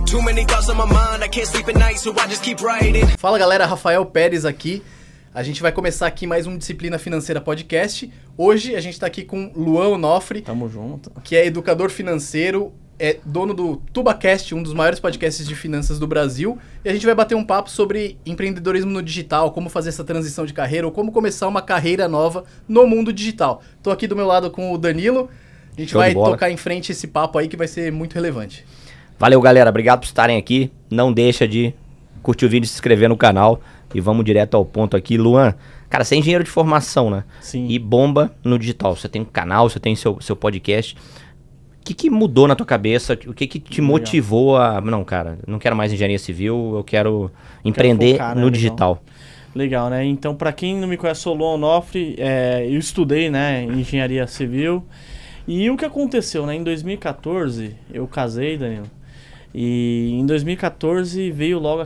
Fala galera, Rafael Pérez aqui. A gente vai começar aqui mais um Disciplina Financeira Podcast. Hoje a gente está aqui com Luan Onofre. Tamo junto. Que é educador financeiro, é dono do TubaCast, um dos maiores podcasts de finanças do Brasil. E a gente vai bater um papo sobre empreendedorismo no digital, como fazer essa transição de carreira ou como começar uma carreira nova no mundo digital. Tô aqui do meu lado com o Danilo. A gente vai tocar em frente esse papo aí que vai ser muito relevante. Valeu, galera. Obrigado por estarem aqui. Não deixa de curtir o vídeo, se inscrever no canal e vamos direto ao ponto aqui. Luan, cara, você é engenheiro de formação, né? Sim. E bomba no digital. Você tem um canal, você tem seu podcast. O que mudou na tua cabeça? O que te motivou a... Não, cara, não quero mais engenharia civil, eu quero empreender focar, né, no digital. Legal, né? Então, pra quem não me conhece, eu sou o Luan Onofre, eu estudei, né, engenharia civil. E o que aconteceu, né? Em 2014, eu casei, Danilo. E em 2014 veio logo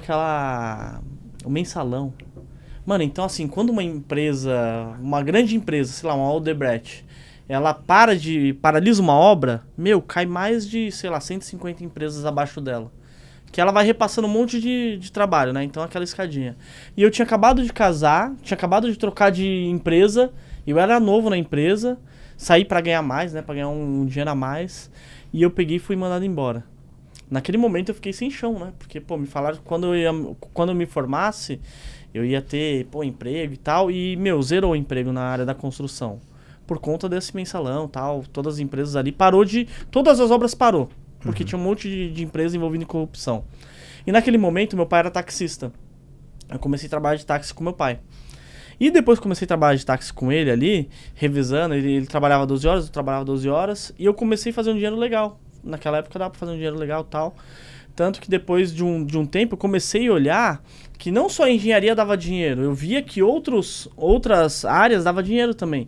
o mensalão. Mano, então assim, quando uma empresa, uma grande empresa, sei lá, uma Odebrecht, ela paralisa uma obra, cai mais de, sei lá, 150 empresas abaixo dela. Que ela vai repassando um monte de trabalho, né? Então aquela escadinha. E eu tinha acabado de casar, tinha acabado de trocar de empresa, eu era novo na empresa, saí pra ganhar mais, né? Pra ganhar um dinheiro a mais. E eu peguei e fui mandado embora. Naquele momento eu fiquei sem chão, né? Porque, me falaram que quando eu me formasse, eu ia ter, emprego e tal. E, zerou o emprego na área da construção. Por conta desse mensalão e tal, todas as empresas ali todas as obras parou, porque tinha um monte de empresas envolvidas em corrupção. E naquele momento, meu pai era taxista. Eu comecei a trabalhar de táxi com meu pai. E depois comecei a trabalhar de táxi com ele ali, revisando, ele trabalhava 12 horas, eu trabalhava 12 horas, e eu comecei a fazer um dinheiro legal. Naquela época dava pra fazer um dinheiro legal e tal. Tanto que depois de um tempo eu comecei a olhar que não só a engenharia dava dinheiro, eu via que outras áreas davam dinheiro também.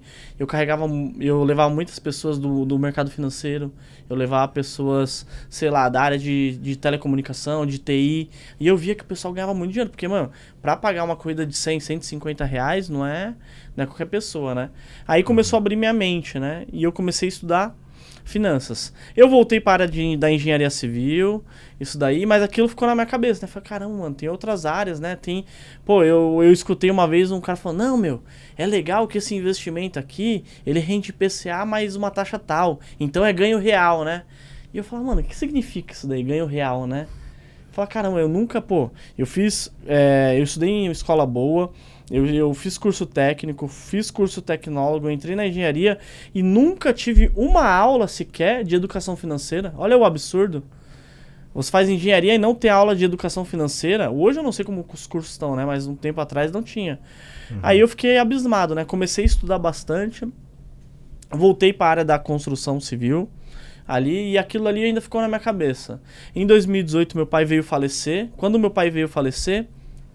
Eu levava muitas pessoas do mercado financeiro, eu levava pessoas, sei lá, da área de telecomunicação, de TI, e eu via que o pessoal ganhava muito dinheiro, porque, pra pagar uma corrida de 100, 150 reais não é qualquer pessoa, né? Aí começou a abrir minha mente, né? E eu comecei a estudar finanças. Eu voltei para a área da engenharia civil, isso daí, mas aquilo ficou na minha cabeça, né? Falei, caramba, mano, tem outras áreas, né? Eu escutei uma vez um cara falando, não, é legal que esse investimento aqui, ele rende IPCA mais uma taxa tal, então é ganho real, né? E eu falei, mano, o que significa isso daí, ganho real, né? Eu falei, caramba, eu nunca, eu estudei em escola boa, eu fiz curso técnico, fiz curso tecnólogo, entrei na engenharia e nunca tive uma aula sequer de educação financeira. Olha o absurdo. Você faz engenharia e não tem aula de educação financeira. Hoje eu não sei como os cursos estão, né? Mas um tempo atrás não tinha. Aí eu fiquei abismado, né? Comecei a estudar bastante. Voltei para a área da construção civil ali e aquilo ali ainda ficou na minha cabeça. Em 2018 meu pai veio falecer. Quando meu pai veio falecer,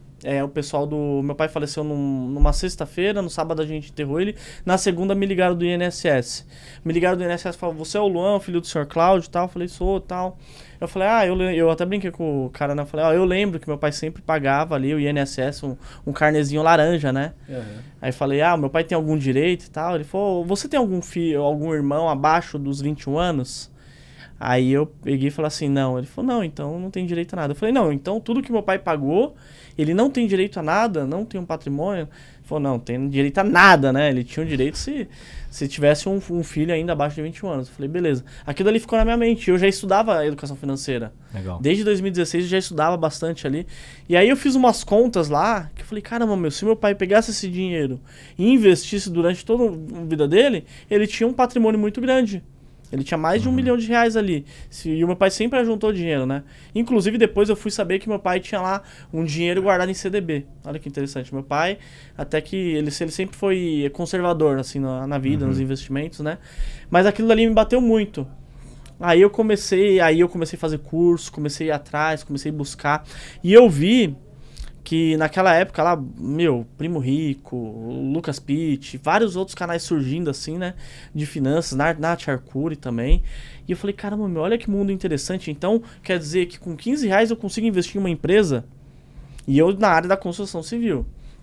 meu pai faleceu numa sexta-feira, no sábado a gente enterrou ele, na segunda me ligaram do INSS. Me ligaram do INSS e falaram, você é o Luan, filho do senhor Cláudio e tal? Eu falei, sou, tal. Eu falei, eu até brinquei com o cara, né? Eu falei, eu lembro que meu pai sempre pagava ali o INSS, um carnezinho laranja, né? Aí eu falei, meu pai tem algum direito e tal? Ele falou, você tem algum filho, algum irmão abaixo dos 21 anos? Aí eu peguei e falei assim, não. Ele falou, não, então não tem direito a nada. Eu falei, não, então tudo que meu pai pagou, ele não tem direito a nada, não tem um patrimônio. Ele falou, não, tem direito a nada, né? Ele tinha um direito se tivesse um filho ainda abaixo de 21 anos. Eu falei, beleza. Aquilo ali ficou na minha mente. Eu já estudava educação financeira. Legal. Desde 2016 eu já estudava bastante ali. E aí eu fiz umas contas lá, que eu falei, caramba, se meu pai pegasse esse dinheiro e investisse durante toda a vida dele, ele tinha um patrimônio muito grande. Ele tinha mais de R$1 milhão ali. E o meu pai sempre ajuntou dinheiro, né? Inclusive, depois eu fui saber que meu pai tinha lá um dinheiro guardado em CDB. Olha que interessante. Meu pai, até que ele sempre foi conservador, assim, na vida, nos investimentos, né? Mas aquilo ali me bateu muito. Aí eu comecei a fazer curso, comecei a ir atrás, comecei a buscar. E eu vi que naquela época lá, Primo Rico, Lucas Pitt, vários outros canais surgindo assim, né, de finanças, Nath Arcuri também. E eu falei, caramba, olha que mundo interessante. Então, quer dizer que com R$15 eu consigo investir em uma empresa, e eu na área da construção civil.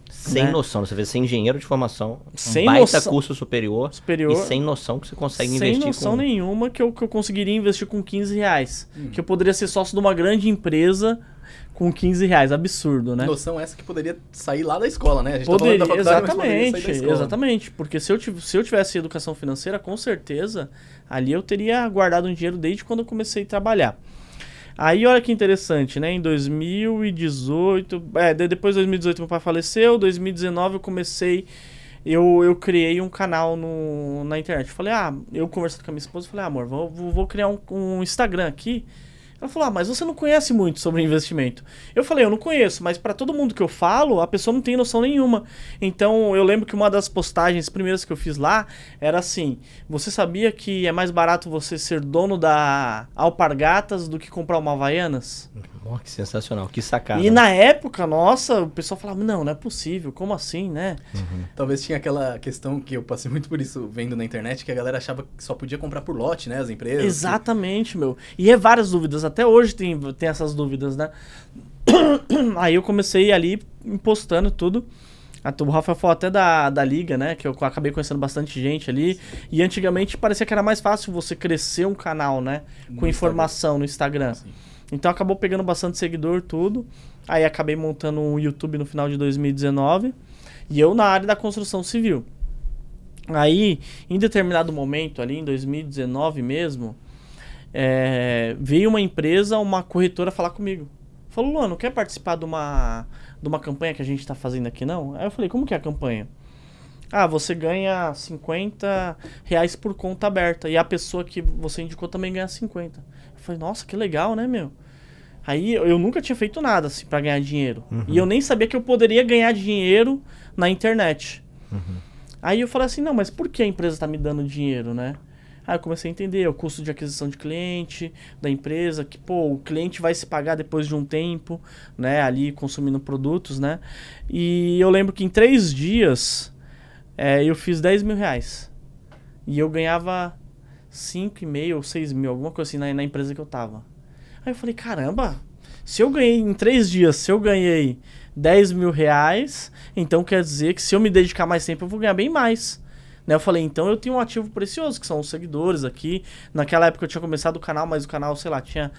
Sem né? noção, você vê, ser engenheiro de formação, Sem baita noção. curso superior e sem noção que você consegue investir sem noção com... nenhuma que eu conseguiria investir com 15 reais. Que eu poderia ser sócio de uma grande empresa com 15 reais. Absurdo, né? Noção essa que poderia sair lá da escola, né? A gente tá falando da faculdade, mas poderia sair da escola. Exatamente. Porque se eu tivesse educação financeira, com certeza, ali eu teria guardado um dinheiro desde quando eu comecei a trabalhar. Aí, olha que interessante, né? Em 2018... depois de 2018 meu pai faleceu. 2019 eu comecei... Eu criei um canal na internet. Falei, eu conversando com a minha esposa, falei, amor, vou criar um Instagram aqui. Ela falou, mas você não conhece muito sobre investimento. Eu falei, eu não conheço, mas para todo mundo que eu falo, a pessoa não tem noção nenhuma. Então, eu lembro que uma das postagens primeiras que eu fiz lá era assim, você sabia que é mais barato você ser dono da Alpargatas do que comprar uma Havaianas? Oh, que sensacional, que sacada. E na época, nossa, o pessoal falava, não é possível, como assim, né? Talvez tinha aquela questão que eu passei muito por isso vendo na internet, que a galera achava que só podia comprar por lote, né, as empresas. Exatamente, meu. E várias dúvidas, até hoje tem essas dúvidas, né? Aí eu comecei ali postando tudo. O Rafael falou até da Liga, né? Que eu acabei conhecendo bastante gente ali. Sim. E antigamente parecia que era mais fácil você crescer um canal, né? Com informação no Instagram. Sim. Então acabou pegando bastante seguidor, tudo. Aí acabei montando um YouTube no final de 2019. E eu na área da construção civil. Aí, em determinado momento ali, em 2019 mesmo, veio uma empresa, uma corretora falar comigo. Falou, Luan, não quer participar de uma campanha que a gente está fazendo aqui, não? Aí eu falei, como que é a campanha? Você ganha 50 reais por conta aberta. E a pessoa que você indicou também ganha 50. Eu falei, nossa, que legal, né, meu? Aí eu nunca tinha feito nada assim pra ganhar dinheiro. E eu nem sabia que eu poderia ganhar dinheiro na internet. Aí eu falei assim, não, mas por que a empresa tá me dando dinheiro, né? Aí eu comecei a entender o custo de aquisição de cliente da empresa, que, o cliente vai se pagar depois de um tempo, né, ali consumindo produtos, né? E eu lembro que em 3 dias eu fiz 10 mil reais. E eu ganhava 5,5 ou 6 mil, alguma coisa assim na empresa que eu tava. Aí eu falei, caramba, se eu ganhei em 3 dias, se eu ganhei 10 mil reais, então quer dizer que se eu me dedicar mais tempo eu vou ganhar bem mais. Né? Eu falei, então eu tenho um ativo precioso, que são os seguidores aqui. Naquela época eu tinha começado o canal, mas o canal, sei lá, tinha,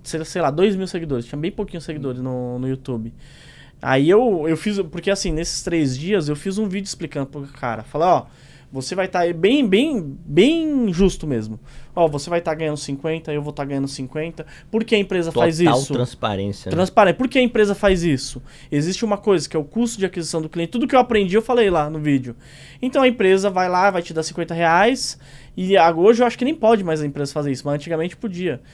2 mil seguidores. Tinha bem pouquinhos seguidores no YouTube. Aí eu fiz, porque assim, nesses 3 dias eu fiz um vídeo explicando pro cara. Falei, você vai estar bem justo mesmo. Você vai estar ganhando 50, eu vou estar ganhando 50. Por que a empresa faz isso? Total transparência. Transparente. Por que a empresa faz isso? Existe uma coisa que é o custo de aquisição do cliente. Tudo que eu aprendi eu falei lá no vídeo. Então a empresa vai lá, vai te dar 50 reais. E hoje eu acho que nem pode mais a empresa fazer isso, mas antigamente podia.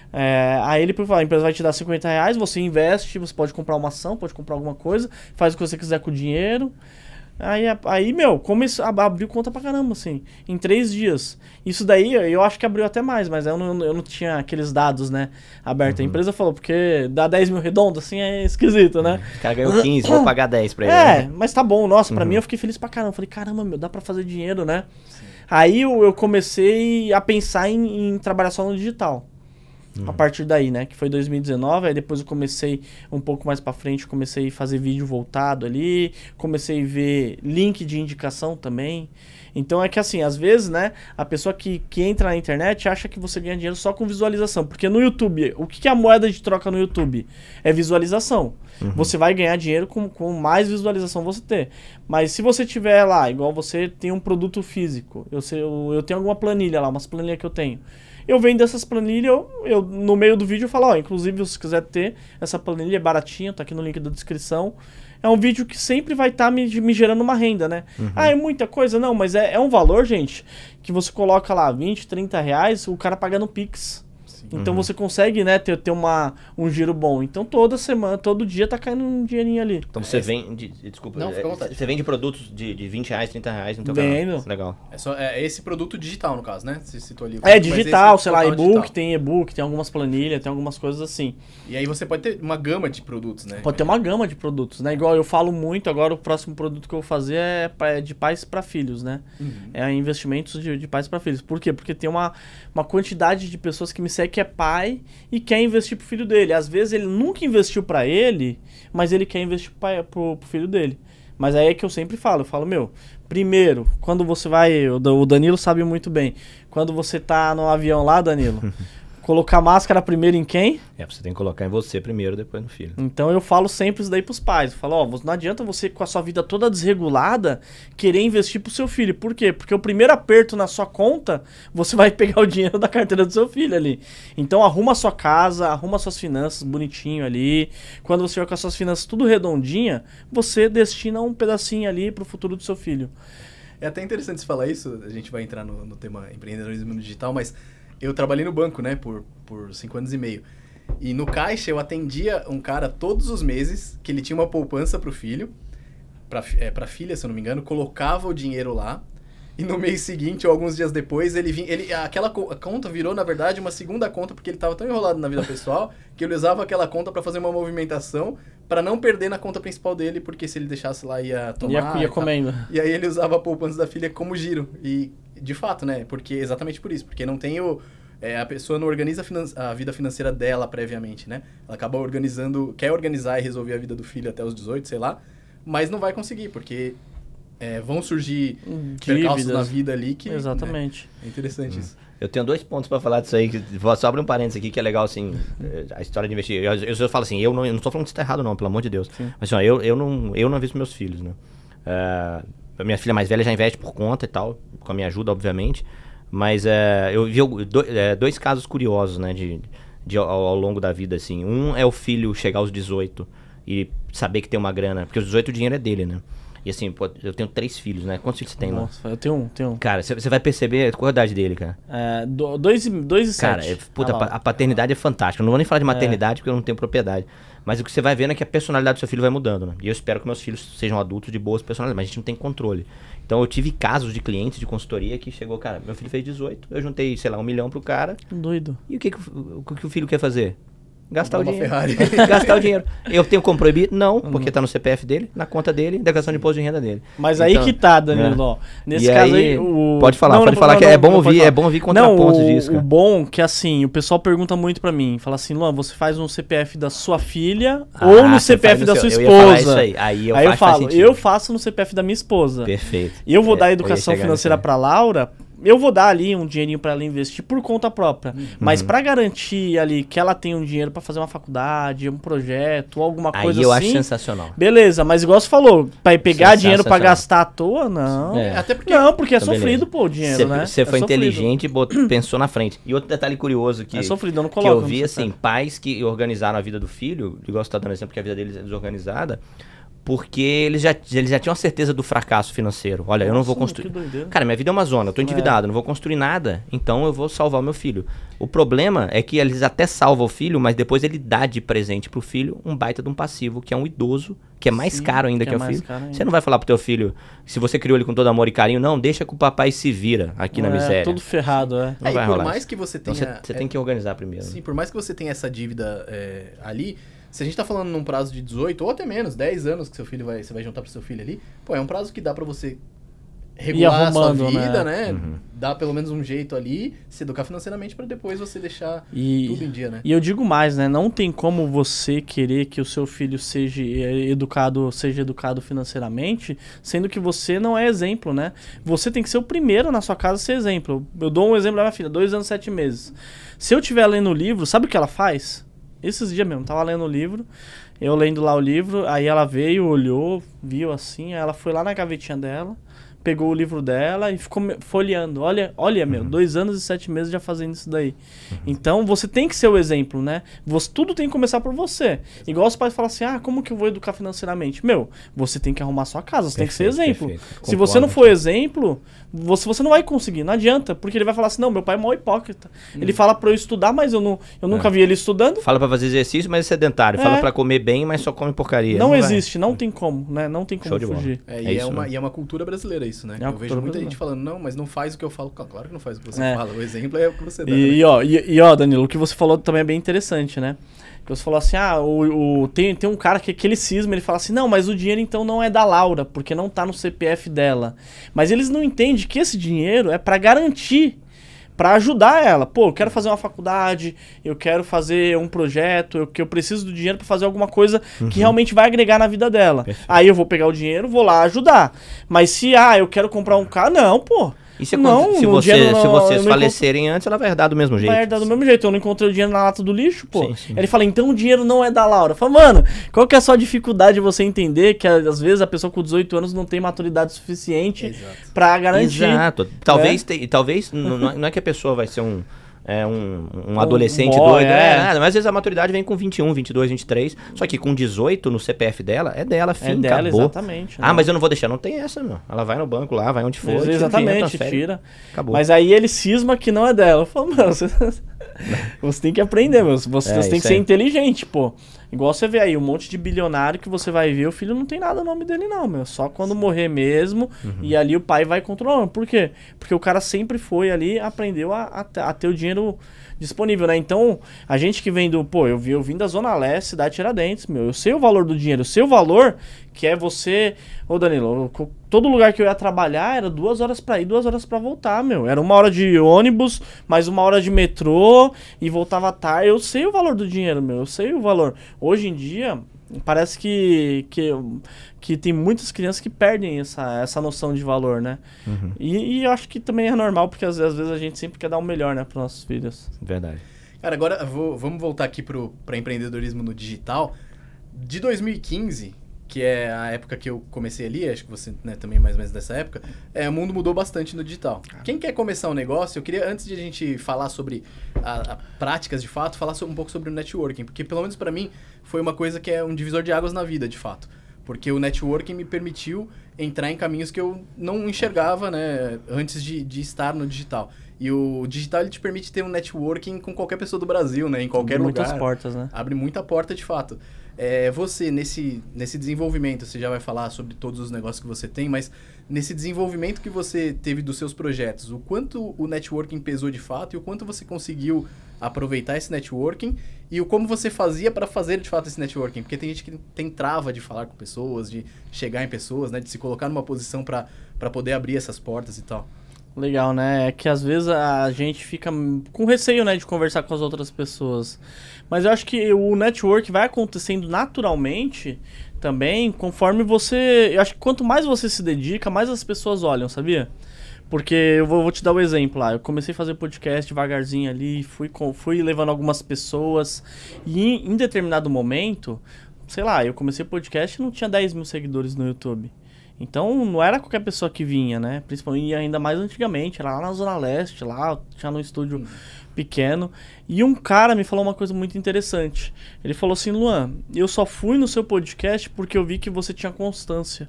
Aí ele falou, a empresa vai te dar 50 reais, você investe, você pode comprar uma ação, pode comprar alguma coisa, faz o que você quiser com o dinheiro. Aí meu, abriu conta pra caramba, assim, em 3 dias. Isso daí, eu acho que abriu até mais, mas eu não tinha aqueles dados, né, abertos. A empresa falou, porque dá 10 mil redondo, assim, é esquisito, né? O cara ganhou 15, vou pagar 10 pra ele. Né? Mas tá bom, nossa, pra mim eu fiquei feliz pra caramba. Falei, caramba, meu, dá pra fazer dinheiro, né? Sim. Aí eu comecei a pensar em trabalhar só no digital. A partir daí, né, que foi 2019, aí depois eu comecei um pouco mais pra frente, comecei a fazer vídeo voltado ali, comecei a ver link de indicação também. Então é que assim, às vezes, né, a pessoa que entra na internet acha que você ganha dinheiro só com visualização, porque no YouTube, o que é a moeda de troca no YouTube? É visualização. Você vai ganhar dinheiro com mais visualização você ter. Mas se você tiver lá, igual você tem um produto físico, eu tenho alguma planilha lá, umas planilhas que eu tenho. Eu vendo essas planilhas, eu no meio do vídeo eu falo, inclusive se você quiser ter essa planilha, é baratinha, tá aqui no link da descrição. É um vídeo que sempre vai estar me gerando uma renda, né? É muita coisa? Não, mas é um valor, gente, que você coloca lá 20, 30 reais, o cara paga no Pix. Então você consegue, né, ter um giro bom. Então toda semana, todo dia tá caindo um dinheirinho ali. Então você vende, desculpa, não, fica à vontade. Você vende produtos de 20 reais, 30 reais no teu Vendo. canal. Legal. É esse produto digital, no caso, né? Você citou ali. Digital, sei lá, e-book, tem algumas planilhas, tem algumas coisas assim. E aí você pode ter uma gama de produtos, né? Pode ter uma gama de produtos, né? Igual eu falo muito, agora o próximo produto que eu vou fazer é de pais para filhos, né? É investimentos de pais para filhos. Por quê? Porque tem uma quantidade de pessoas que me seguem que é pai e quer investir pro filho dele. Às vezes ele nunca investiu para ele, mas ele quer investir pro filho dele. Mas aí é que eu sempre falo, meu, primeiro, quando você vai, o Danilo sabe muito bem, quando você tá no avião lá, Danilo, colocar máscara primeiro em quem? Você tem que colocar em você primeiro, depois no filho. Então eu falo sempre isso daí pros pais. Eu falo, não adianta você com a sua vida toda desregulada querer investir pro seu filho. Por quê? Porque o primeiro aperto na sua conta, você vai pegar o dinheiro da carteira do seu filho ali. Então arruma a sua casa, arruma suas finanças bonitinho ali. Quando você vai com as suas finanças tudo redondinha, você destina um pedacinho ali pro futuro do seu filho. É até interessante você falar isso, a gente vai entrar no tema empreendedorismo digital, mas eu trabalhei no banco, né, por 5 anos e meio. E no caixa eu atendia um cara todos os meses, que ele tinha uma poupança pro filho, pra filha, se eu não me engano, colocava o dinheiro lá, e no mês seguinte, ou alguns dias depois, aquela conta virou, na verdade, uma segunda conta, porque ele estava tão enrolado na vida pessoal, que ele usava aquela conta para fazer uma movimentação, para não perder na conta principal dele, porque se ele deixasse lá ia tomar... Ia comendo. E aí ele usava a poupança da filha como giro. E, de fato, né? Exatamente por isso. Porque não tem a pessoa não organiza a vida financeira dela previamente, né? Ela acaba quer organizar e resolver a vida do filho até os 18, sei lá, mas não vai conseguir, porque vão surgir percalços na vida ali que... Exatamente. Né? É interessante isso. Eu tenho 2 pontos pra falar disso aí, só abrir um parênteses aqui, que é legal, assim, a história de investir. Eu falo assim, eu não tô falando que isso tá errado não, pelo amor de Deus. Sim. Mas assim, ó, eu não aviso meus filhos, né? A minha filha mais velha já investe por conta e tal, com a minha ajuda, obviamente. Mas eu vi 2 casos curiosos, né, ao longo da vida, assim. Um é o filho chegar aos 18 e saber que tem uma grana, porque aos 18 o dinheiro é dele, né? E assim, pô, eu tenho 3 filhos, né? Quantos filhos você tem lá? Nossa, eu tenho um. Cara, você vai perceber qual a idade dele, cara. 2 e 7. Cara, a paternidade é fantástica. Eu não vou nem falar de maternidade porque eu não tenho propriedade. Mas o que você vai vendo é que a personalidade do seu filho vai mudando, né? E eu espero que meus filhos sejam adultos de boas personalidades, mas a gente não tem controle. Então eu tive casos de clientes de consultoria que chegou, cara, meu filho fez 18, eu juntei, sei lá, 1 milhão pro cara. Doido. E o que o filho quer fazer? Gastar o dinheiro. Ferrari. Gastar o dinheiro. Eu tenho como proibir? Não, porque tá no CPF dele, na conta dele, declaração de imposto de renda dele. Mas então, aí que tá, Danilo, ó. Nesse caso aí, pode falar, que é bom ouvir contrapontos disso, cara. O bom que, assim, o pessoal pergunta muito pra mim, fala assim, Luan, você faz no CPF da sua filha ou no CPF da sua esposa? Eu ia falar isso aí. Aí eu falo, eu faço no CPF da minha esposa. Perfeito. E eu vou dar educação financeira pra Laura. Eu vou dar ali um dinheirinho pra ela investir por conta própria. Mas pra garantir ali que ela tenha um dinheiro pra fazer uma faculdade, um projeto, alguma coisa assim... Aí eu acho sensacional. Beleza, mas igual você falou, pra pegar dinheiro pra gastar à toa, não. Até porque... Não, porque é então, sofrido, pô, o dinheiro, né? Você foi inteligente e pensou na frente. E outro detalhe curioso que, é sofrido, eu não coloco, que eu vi, assim, pais que organizaram a vida do filho, igual você tá dando exemplo que a vida deles é desorganizada, porque eles já tinham a certeza do fracasso financeiro. Olha, eu não vou construir... Cara, minha vida é uma zona, eu tô endividado, não vou construir nada, então eu vou salvar o meu filho. O problema é que eles até salvam o filho, mas depois ele dá de presente pro filho um baita de um passivo, que é um idoso, que é mais caro ainda que o filho. Você não vai falar pro teu filho, se você criou ele com todo amor e carinho, não, deixa que o papai se vira aqui na miséria. Tudo ferrado, Não vai por rolar mais isso. que você tenha... Então, você tem que organizar primeiro. Sim, por mais que você tenha essa dívida ali... Se a gente tá falando num prazo de 18 ou até menos, 10 anos que você vai juntar pro seu filho ali, pô, é um prazo que dá pra você regular a sua vida, né? Uhum. Dar pelo menos um jeito ali, se educar financeiramente pra depois você deixar tudo em dia, né? E eu digo mais, né? Não tem como você querer que o seu filho seja educado financeiramente, sendo que você não é exemplo, né? Você tem que ser o primeiro na sua casa a ser exemplo. Eu dou um exemplo da minha filha, 2 anos e 7 meses. Se eu estiver lendo o livro, sabe o que ela faz? Esses dias mesmo, tava lendo o livro, eu lendo lá o livro, aí ela veio, olhou, viu assim, aí ela foi lá na gavetinha dela, pegou o livro dela e ficou folheando. Olha, meu, 2 anos e 7 meses já fazendo isso daí. Então, você tem que ser o exemplo, né? Tudo tem que começar por você. Igual os pais falam assim, como que eu vou educar financeiramente? Meu, você tem que arrumar sua casa, você tem que ser exemplo. Se você não for exemplo, você não vai conseguir, não adianta, porque ele vai falar assim, não, meu pai é mó hipócrita. Ele fala pra eu estudar, mas eu nunca vi ele estudando. Fala pra fazer exercício, mas é sedentário. Fala pra comer bem, mas só come porcaria. Não existe, não tem como, né? Não tem como fugir. E é uma cultura brasileira isso. Né? Eu vejo muita gente falando, não, mas não faz o que eu falo. Claro que não faz o que você fala. O exemplo é o que você dá. E Danilo, o que você falou também é bem interessante, né? Que você falou assim, tem um cara que ele cisma, ele fala assim, não, mas o dinheiro então não é da Laura, porque não tá no CPF dela. Mas eles não entendem que esse dinheiro é pra garantir pra ajudar ela. Pô, eu quero fazer uma faculdade, eu quero fazer um projeto, que eu preciso do dinheiro pra fazer alguma coisa que realmente vai agregar na vida dela. Perfeito. Aí eu vou pegar o dinheiro, vou lá ajudar. Mas se, eu quero comprar um carro, não, pô. E se vocês falecerem antes, ela vai herdar do mesmo jeito. Vai herdar do mesmo jeito. Eu não encontrei o dinheiro na lata do lixo, pô. Sim. Ele fala, então o dinheiro não é da Laura. Fala, mano, qual que é a sua dificuldade de você entender que às vezes a pessoa com 18 anos não tem maturidade suficiente pra garantir. Exato. Talvez não é que a pessoa vai ser um adolescente doido, mas às vezes a maturidade vem com 21, 22, 23, só que com 18 no CPF dela, é dela, fim, é dela, acabou. Exatamente. Né? Mas eu não vou deixar, não tem essa, meu. Ela vai no banco lá, vai onde for, exatamente, tira. Acabou. Mas aí ele cisma que não é dela. Eu falo, mano, você tem que aprender, meu. Você tem que ser inteligente, pô. Igual você vê aí, um monte de bilionário que você vai ver, o filho não tem nada no nome dele não, meu. Só quando morrer mesmo, e ali o pai vai controlando. Por quê? Porque o cara sempre foi ali, aprendeu a ter o dinheiro disponível, né? Então, a gente que vem eu vim da Zona Leste, cidade Tiradentes, meu. Eu sei o valor do dinheiro, eu sei o valor que é você... Ô, Danilo, todo lugar que eu ia trabalhar era 2 horas pra ir, 2 horas pra voltar, meu. Era 1 hora de ônibus, mais 1 hora de metrô e voltava tarde. Eu sei o valor do dinheiro, meu. Eu sei o valor. Hoje em dia, parece que tem muitas crianças que perdem essa noção de valor, né? E eu acho que também é normal, porque às vezes a gente sempre quer dar o melhor, né, para nossos filhos. Verdade. Cara, agora vamos voltar aqui para empreendedorismo no digital. De 2015, que é a época que eu comecei ali, acho que você, né, também mais ou menos dessa época, o mundo mudou bastante no digital. Quem quer começar um negócio, eu queria, antes de a gente falar sobre a práticas de fato, falar um pouco sobre o networking, porque pelo menos para mim foi uma coisa que é um divisor de águas na vida, de fato. Porque o networking me permitiu entrar em caminhos que eu não enxergava, né, antes de estar no digital. E o digital, ele te permite ter um networking com qualquer pessoa do Brasil, né, em qualquer lugar. Abre muitas portas, né? Abre muita porta, de fato. Você, nesse desenvolvimento, você já vai falar sobre todos os negócios que você tem, mas nesse desenvolvimento que você teve dos seus projetos, o quanto o networking pesou de fato e o quanto você conseguiu aproveitar esse networking e o como você fazia para fazer de fato esse networking, porque tem gente que tem trava de falar com pessoas, de chegar em pessoas, né, de se colocar numa posição para poder abrir essas portas e tal. Legal, né? É que às vezes a gente fica com receio, né, de conversar com as outras pessoas. Mas eu acho que o network vai acontecendo naturalmente também, conforme você... Eu acho que quanto mais você se dedica, mais as pessoas olham, sabia? Porque eu vou te dar um exemplo lá. Eu comecei a fazer podcast devagarzinho ali, fui levando algumas pessoas. E em determinado momento, sei lá, eu comecei o podcast e não tinha 10 mil seguidores no YouTube. Então, não era qualquer pessoa que vinha, né? Principalmente, ainda mais antigamente, era lá na Zona Leste, lá, tinha num estúdio pequeno. E um cara me falou uma coisa muito interessante. Ele falou assim, Luan, eu só fui no seu podcast porque eu vi que você tinha constância.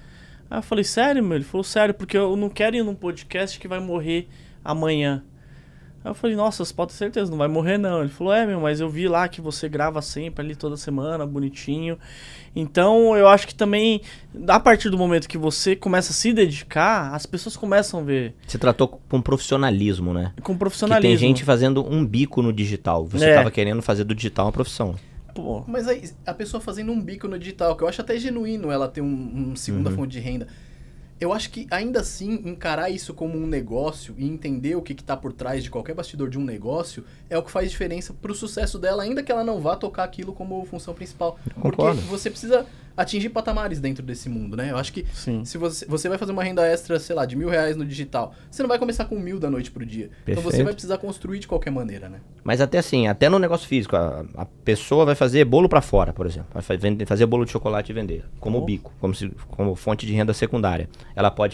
Aí eu falei, sério, meu? Ele falou, sério, porque eu não quero ir num podcast que vai morrer amanhã. Aí eu falei, nossa, você pode ter certeza, não vai morrer não. Ele falou, mas eu vi lá que você grava sempre ali toda semana, bonitinho. Então, eu acho que também, a partir do momento que você começa a se dedicar, as pessoas começam a ver. Você tratou com profissionalismo, né? Com profissionalismo. Que tem gente fazendo um bico no digital. Você estava querendo fazer do digital uma profissão. Pô. Mas aí, a pessoa fazendo um bico no digital, que eu acho até genuíno ela ter uma segunda fonte de renda. Eu acho que, ainda assim, encarar isso como um negócio e entender o que está por trás de qualquer bastidor de um negócio é o que faz diferença para o sucesso dela, ainda que ela não vá tocar aquilo como função principal. Porque você precisa atingir patamares dentro desse mundo, né? Eu acho que se você vai fazer uma renda extra, sei lá, de R$1.000 no digital, você não vai começar com 1.000 da noite pro dia. Perfeito. Então você vai precisar construir de qualquer maneira, né? Mas até assim, até no negócio físico, a pessoa vai fazer bolo para fora, por exemplo. Vai fazer bolo de chocolate e vender, como bico, como fonte de renda secundária. Ela pode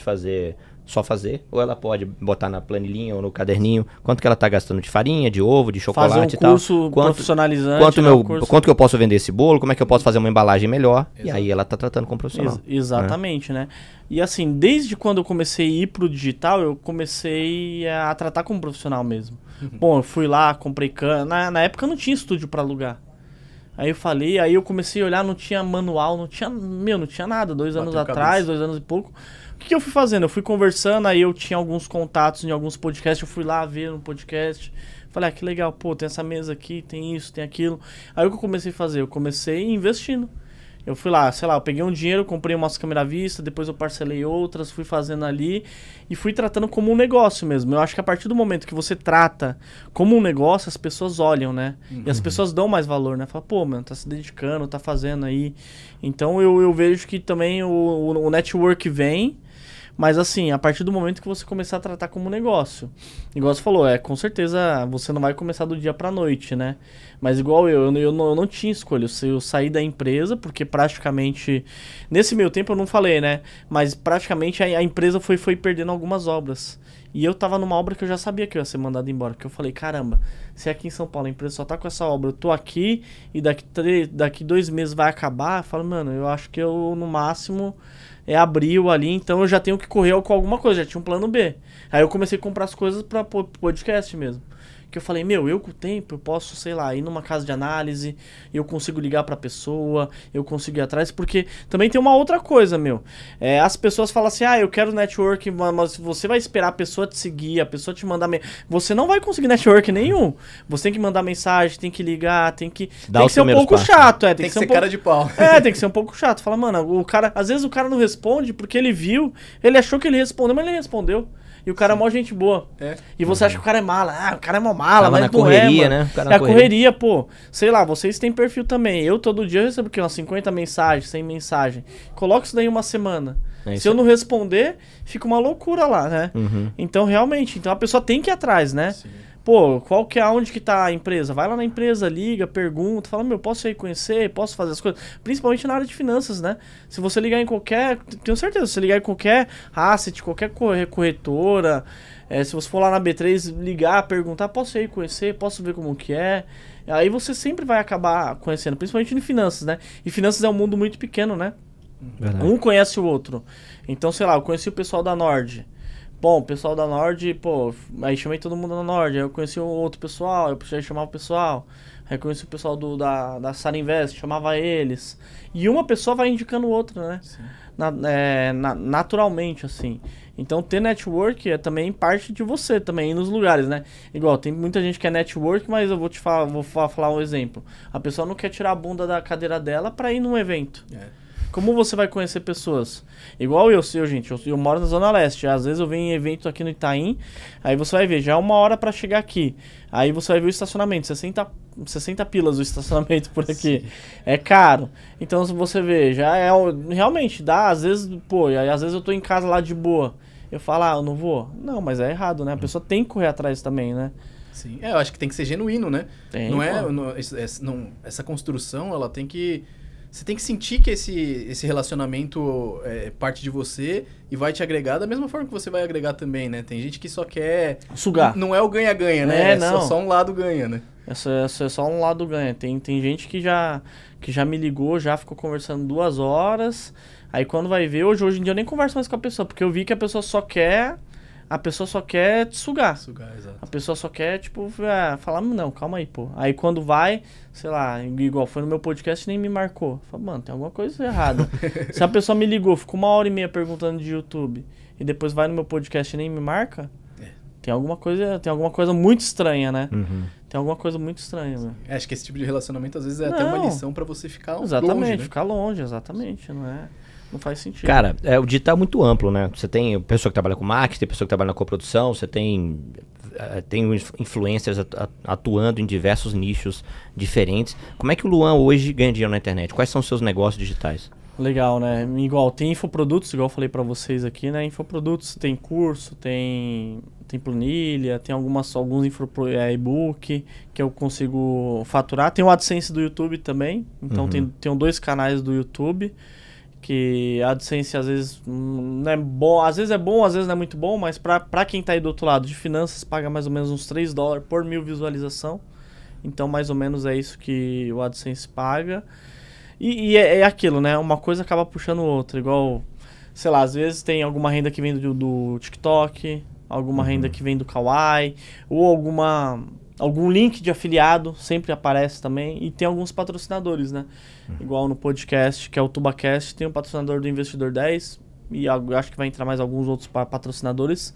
só fazer, ou ela pode botar na planilhinha ou no caderninho quanto que ela tá gastando de farinha, de ovo, de chocolate e tal. Fazer um curso profissionalizante. Quanto que eu posso vender esse bolo, como é que eu posso fazer uma embalagem melhor. Exato. E aí ela tá tratando como profissional. Exatamente, né? E assim, desde quando eu comecei a ir pro digital, eu comecei a tratar como profissional mesmo. Bom, eu fui lá, comprei cana. Na época não tinha estúdio para alugar. Aí eu comecei a olhar, não tinha manual, não tinha nada. 2 anos atrás, 2 anos e pouco. O que eu fui fazendo? Eu fui conversando, aí eu tinha alguns contatos em alguns podcasts, eu fui lá ver no podcast. Falei, que legal, pô, tem essa mesa aqui, tem isso, tem aquilo. Aí o que eu comecei a fazer? Eu comecei investindo. Eu fui lá, sei lá, eu peguei um dinheiro, comprei umas câmeras à vista, depois eu parcelei outras, fui fazendo ali e fui tratando como um negócio mesmo. Eu acho que a partir do momento que você trata como um negócio, as pessoas olham, né? E as pessoas dão mais valor, né? Fala, pô, mano, tá se dedicando, tá fazendo aí. Então eu vejo que também o network vem. Mas assim, a partir do momento que você começar a tratar como negócio, igual você falou, com certeza você não vai começar do dia pra noite, né? Mas igual eu não tinha escolha, eu saí da empresa, porque praticamente, nesse meio tempo eu não falei, né? Mas praticamente a empresa foi perdendo algumas obras. E eu tava numa obra que eu já sabia que eu ia ser mandado embora, porque eu falei, caramba, se aqui em São Paulo a empresa só tá com essa obra, eu tô aqui e daqui 2 meses vai acabar, eu falo, mano, eu acho que eu no máximo... abril ali, então eu já tenho que correr com alguma coisa, já tinha um plano B. Aí eu comecei a comprar as coisas pra podcast mesmo. Que eu falei, eu com o tempo, eu posso, sei lá, ir numa casa de análise, eu consigo ligar pra pessoa, eu consigo ir atrás, porque também tem uma outra coisa, as pessoas falam assim, eu quero network, mas você vai esperar a pessoa te seguir, a pessoa te mandar... Você não vai conseguir network nenhum. Você tem que mandar mensagem, tem que ligar, tem que ser um pouco chato. Tem que ser cara de pau. Tem que ser um pouco chato. Fala, mano, às vezes o cara não responde porque ele viu, ele achou que ele respondeu, mas ele respondeu. E o cara é mó gente boa. E você acha que o cara é mala. O cara é mó mala, mas na correria, né? É a correria, pô. Sei lá, vocês têm perfil também. Eu todo dia recebo umas 50 mensagens, 100 mensagens. Coloca isso daí uma semana. Se eu não responder, fica uma loucura lá, né? Então, realmente, a pessoa tem que ir atrás, né? Sim. Pô, onde que tá a empresa? Vai lá na empresa, liga, pergunta, fala, posso ir conhecer, posso fazer as coisas? Principalmente na área de finanças, né? Se você ligar em qualquer, tenho certeza, se você ligar em qualquer asset, qualquer corretora, se você for lá na B3, ligar, perguntar, posso ir conhecer, posso ver como que é? Aí você sempre vai acabar conhecendo, principalmente em finanças, né? E finanças é um mundo muito pequeno, né? Verdade. Um conhece o outro. Então, sei lá, eu conheci o pessoal da Nord. Bom, o pessoal da Nord, aí chamei todo mundo da Nord, aí eu conheci o outro pessoal, eu precisei chamar o pessoal, aí conheci o pessoal da Sara Invest, chamava eles. E uma pessoa vai indicando outra, né? Naturalmente, assim. Então, ter network é também parte de você, também, ir nos lugares, né? Igual, tem muita gente que é network, mas eu vou falar um exemplo. A pessoa não quer tirar a bunda da cadeira dela pra ir num evento. Como você vai conhecer pessoas? Igual gente, eu moro na Zona Leste. Às vezes eu venho em evento aqui no Itaim, aí você vai ver, já é 1 hora pra chegar aqui. Aí você vai ver o estacionamento, 60 pilas o estacionamento por aqui. Sim. É caro. Então, se você vê, realmente dá, às vezes, aí às vezes eu tô em casa lá de boa. Eu falo, eu não vou? Não, mas é errado, né? A pessoa tem que correr atrás também, né? Sim, eu acho que tem que ser genuíno, né? Tem, essa construção, ela tem que... Você tem que sentir que esse relacionamento é parte de você e vai te agregar da mesma forma que você vai agregar também, né? Tem gente que só quer... Sugar. Não é o ganha-ganha, né? Não. Só um lado ganha, né? É só um lado ganha. Tem gente que já me ligou, já ficou conversando 2 horas. Aí quando vai ver, hoje em dia eu nem converso mais com a pessoa, porque eu vi que a pessoa só quer te sugar. Exato. A pessoa só quer, falar, não, calma aí, pô. Aí quando vai, sei lá, igual foi no meu podcast nem me marcou. Fala, mano, tem alguma coisa errada. Se a pessoa me ligou, ficou 1h30 perguntando de YouTube e depois vai no meu podcast e nem me marca, tem alguma coisa muito estranha, né? Tem alguma coisa muito estranha, velho. Acho que esse tipo de relacionamento às vezes é até uma lição pra você ficar longe, exatamente, né? ficar longe, exatamente, não faz sentido. Cara, o digital é muito amplo, né? Você tem pessoa que trabalha com marketing, tem pessoa que trabalha na coprodução, você tem influencers atuando em diversos nichos diferentes. Como é que o Luan hoje ganha dinheiro na internet? Quais são os seus negócios digitais? Legal, né? Igual, tem infoprodutos, igual eu falei pra vocês aqui, né? Infoprodutos, tem curso, tem planilha, tem alguns e-book que eu consigo faturar. Tem o AdSense do YouTube também, então tenho 2 canais do YouTube, que a AdSense às vezes não é bom, às vezes não é muito bom, mas pra quem tá aí do outro lado de finanças, paga mais ou menos uns $3 por 1.000 visualização. Então, mais ou menos é isso que o AdSense paga. E é aquilo, né? Uma coisa acaba puxando outra. Igual, sei lá, às vezes tem alguma renda que vem do TikTok, alguma renda que vem do Kawaii, ou algum link de afiliado sempre aparece também. E tem alguns patrocinadores, né? Igual no podcast, que é o TubaCast, tem o patrocinador do Investidor 10, e acho que vai entrar mais alguns outros patrocinadores.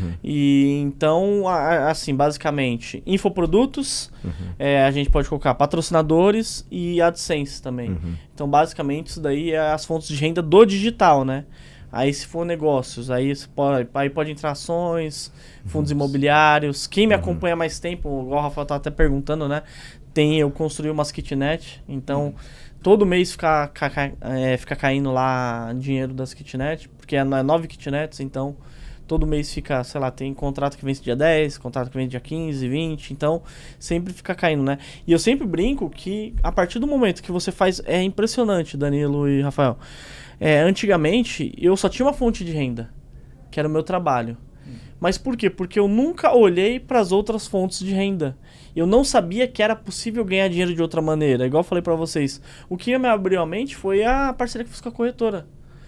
E então, assim, basicamente, infoprodutos, a gente pode colocar patrocinadores e AdSense também. Então, basicamente, isso daí é as fontes de renda do digital, né? Aí, se for negócios, aí pode entrar ações, fundos imobiliários. Quem me acompanha há mais tempo, igual o Rafael tá até perguntando, né? Eu construí umas kitnet, então todo mês fica caindo lá dinheiro das kitnet, porque é 9 kitnets, então todo mês fica, sei lá, tem contrato que vence dia 10, contrato que vence dia 15, 20, então sempre fica caindo, né? E eu sempre brinco que a partir do momento que você faz, é impressionante, Danilo e Rafael, antigamente eu só tinha uma fonte de renda, que era o meu trabalho. Mas por quê? Porque eu nunca olhei para as outras fontes de renda. Eu não sabia que era possível ganhar dinheiro de outra maneira. Igual eu falei para vocês. O que me abriu a mente foi a parceria que eu fiz com a corretora.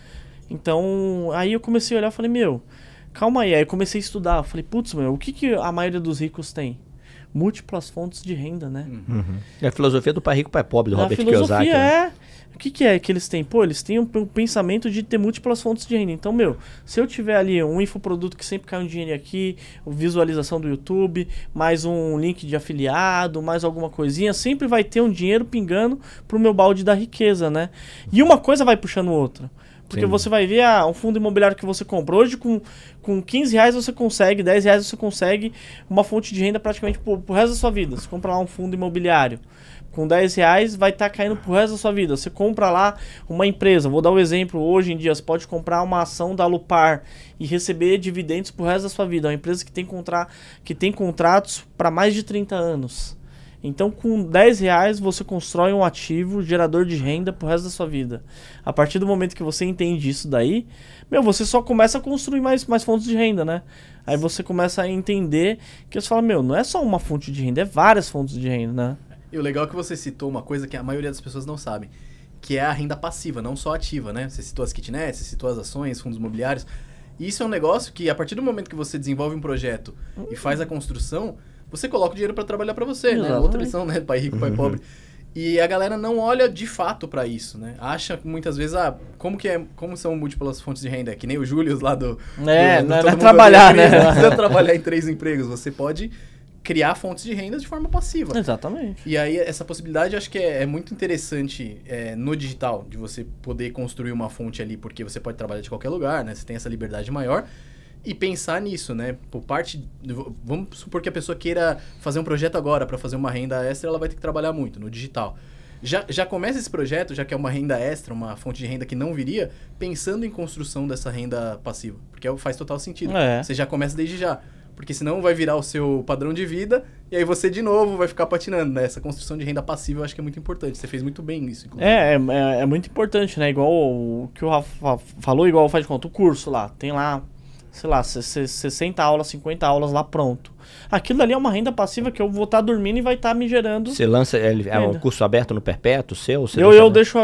Então, aí eu comecei a olhar e falei, calma aí. Aí eu comecei a estudar. Eu falei, putz, o que a maioria dos ricos tem? Múltiplas fontes de renda, né? É a filosofia do pai rico, pai pobre, do Robert Kiyosaki. A filosofia O que é que eles têm? Eles têm um pensamento de ter múltiplas fontes de renda. Então, se eu tiver ali um infoproduto que sempre cai um dinheiro aqui, visualização do YouTube, mais um link de afiliado, mais alguma coisinha, sempre vai ter um dinheiro pingando pro meu balde da riqueza, né? E uma coisa vai puxando outra. Porque você vai ver um fundo imobiliário que você compra. Hoje, com 15 reais você consegue, 10 reais você consegue uma fonte de renda praticamente pro resto da sua vida. Você compra lá um fundo imobiliário. Com 10 reais vai estar caindo pro resto da sua vida. Você compra lá uma empresa. Vou dar um exemplo. Hoje em dia você pode comprar uma ação da Alupar e receber dividendos pro resto da sua vida. É uma empresa que tem contratos para mais de 30 anos. Então, com 10 reais, você constrói um ativo gerador de renda pro resto da sua vida. A partir do momento que você entende isso daí, você só começa a construir mais fontes de renda, né? Aí você começa a entender que você fala, não é só uma fonte de renda, é várias fontes de renda, né? E o legal é que você citou uma coisa que a maioria das pessoas não sabe, que é a renda passiva, não só ativa, né? Você citou as kitnets, você citou as ações, fundos imobiliários. E isso é um negócio que, a partir do momento que você desenvolve um projeto e faz a construção, você coloca o dinheiro para trabalhar para você, né? Outra lição, né? Pai rico, pai pobre. E a galera não olha de fato para isso, né? Acha muitas vezes, como são múltiplas fontes de renda? Que nem o Júlio lá do não é trabalhar, né? Não precisa trabalhar em 3 empregos. Você pode criar fontes de renda de forma passiva. Exatamente. E aí, essa possibilidade, eu acho que é muito interessante no digital, de você poder construir uma fonte ali, porque você pode trabalhar de qualquer lugar, né? Você tem essa liberdade maior. E pensar nisso, né? Vamos supor que a pessoa queira fazer um projeto agora para fazer uma renda extra, ela vai ter que trabalhar muito no digital. Já começa esse projeto, já que é uma renda extra, uma fonte de renda que não viria, pensando em construção dessa renda passiva. Porque faz total sentido. Você já começa desde já. Porque senão vai virar o seu padrão de vida e aí você de novo vai ficar patinando, né? Essa construção de renda passiva eu acho que é muito importante. Você fez muito bem isso, inclusive. É muito importante, né? Igual o que o Rafa falou, igual faz de conta, o curso lá. Tem lá, sei lá, 60 aulas, 50 aulas lá pronto. Aquilo ali é uma renda passiva que eu vou estar dormindo e vai estar me gerando. Você lança, um curso aberto no Perpétuo seu? Eu deixo,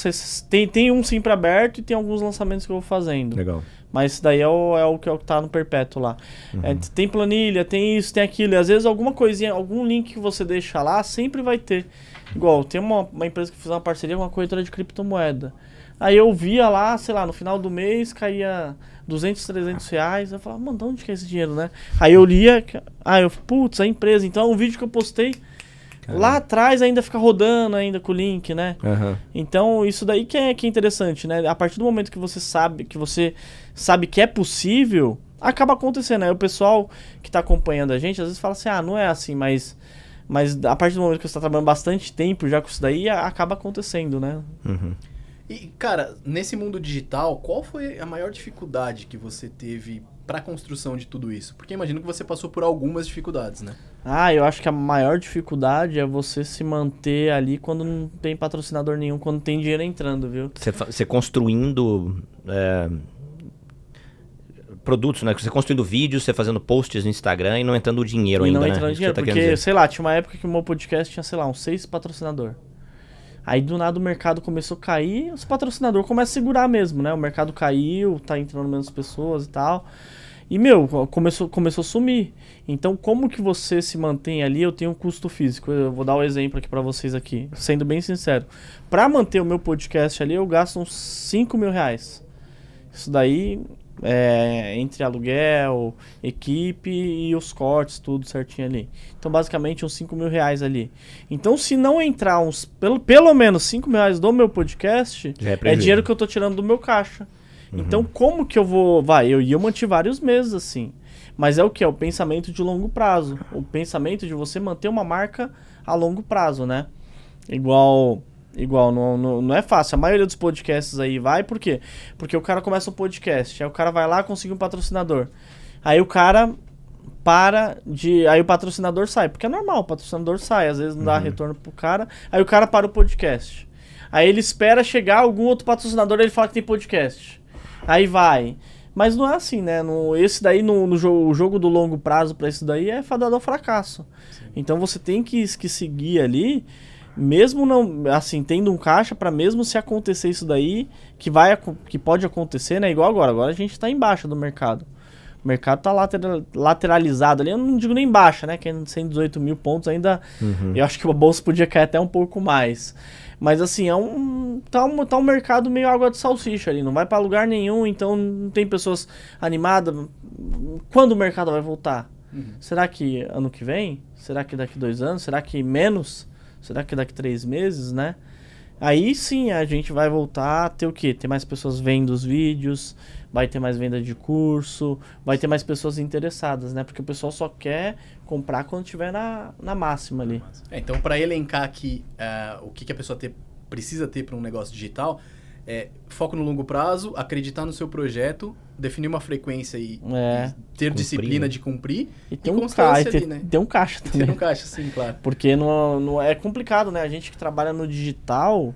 tem um sempre aberto e tem alguns lançamentos que eu vou fazendo. Legal. Mas isso daí é o que tá no Perpétuo lá. Tem planilha, tem isso, tem aquilo. E às vezes alguma coisinha, algum link que você deixa lá, sempre vai ter. Igual, tem uma empresa que fez uma parceria com uma corretora de criptomoeda. Aí eu via lá, sei lá, no final do mês caía 200, 300 reais. Eu falava, de onde que é esse dinheiro, né? Aí eu lia, putz, a empresa. Então é um vídeo que eu postei lá atrás, ainda fica rodando ainda com o link, né? Então isso daí que é interessante, né? A partir do momento que você sabe que é possível, acaba acontecendo. Aí o pessoal que tá acompanhando a gente, às vezes fala assim, não é assim, mas a partir do momento que você tá trabalhando bastante tempo já com isso daí, acaba acontecendo, né? E, cara, nesse mundo digital, qual foi a maior dificuldade que você teve para a construção de tudo isso? Porque imagino que você passou por algumas dificuldades, né? Eu acho que a maior dificuldade é você se manter ali quando não tem patrocinador nenhum, quando tem dinheiro entrando, viu? Você construindo produtos, né? Você construindo vídeos, você fazendo posts no Instagram e não entrando dinheiro ainda, né? Não entrando dinheiro, porque, sei lá, tinha uma época que o meu podcast tinha, sei lá, uns 6 patrocinadores. Aí do nada o mercado começou a cair, os patrocinadores começam a segurar mesmo, né? O mercado caiu, tá entrando menos pessoas e tal. E, começou a sumir. Então, como que você se mantém ali? Eu tenho um custo físico. Eu vou dar um exemplo aqui pra vocês aqui, sendo bem sincero. Pra manter o meu podcast ali, eu gasto uns 5 mil reais. Isso daí entre aluguel, equipe e os cortes, tudo certinho ali. Então, basicamente, uns 5 mil reais ali. Então, se não entrar pelo menos 5 mil reais do meu podcast, é dinheiro que eu tô tirando do meu caixa. Então, como que eu vou... Eu mantive vários meses assim. Mas é o que? É o pensamento de longo prazo. O pensamento de você manter uma marca a longo prazo, né? Igual não é fácil. A maioria dos podcasts aí vai, por quê? Porque o cara começa um podcast, aí o cara vai lá, consegue um patrocinador. Aí o cara aí o patrocinador sai, porque é normal, o patrocinador sai, às vezes não dá retorno pro cara, aí o cara para o podcast. Aí ele espera chegar algum outro patrocinador e ele fala que tem podcast. Aí vai. Mas não é assim, né? Esse daí, o jogo do longo prazo pra isso daí é fadado ao fracasso. Sim. Então você tem que seguir ali, mesmo não, assim, tendo um caixa para mesmo se acontecer isso daí, que pode acontecer, né? Igual agora. Agora a gente tá em baixa do mercado. O mercado tá lateralizado ali. Eu não digo nem baixa, né? Que é 118 mil pontos ainda. Eu acho que a bolsa podia cair até um pouco mais. Mas assim, tá um mercado meio água de salsicha ali. Não vai para lugar nenhum, então não tem pessoas animadas. Quando o mercado vai voltar? Será que ano que vem? Será que daqui 2 anos? Será que menos? Será que daqui 3 meses, né? Aí sim a gente vai voltar a ter o quê? Ter mais pessoas vendo os vídeos, vai ter mais venda de curso, vai ter mais pessoas interessadas, né? Porque o pessoal só quer comprar quando tiver na máxima ali. Então, para elencar aqui o que a pessoa precisa ter para um negócio digital, foco no longo prazo, acreditar no seu projeto, definir uma frequência e ter disciplina de cumprir e ter um caixa ali, né? Ter um caixa também. Ter um caixa, sim, claro. Porque não é complicado, né? A gente que trabalha no digital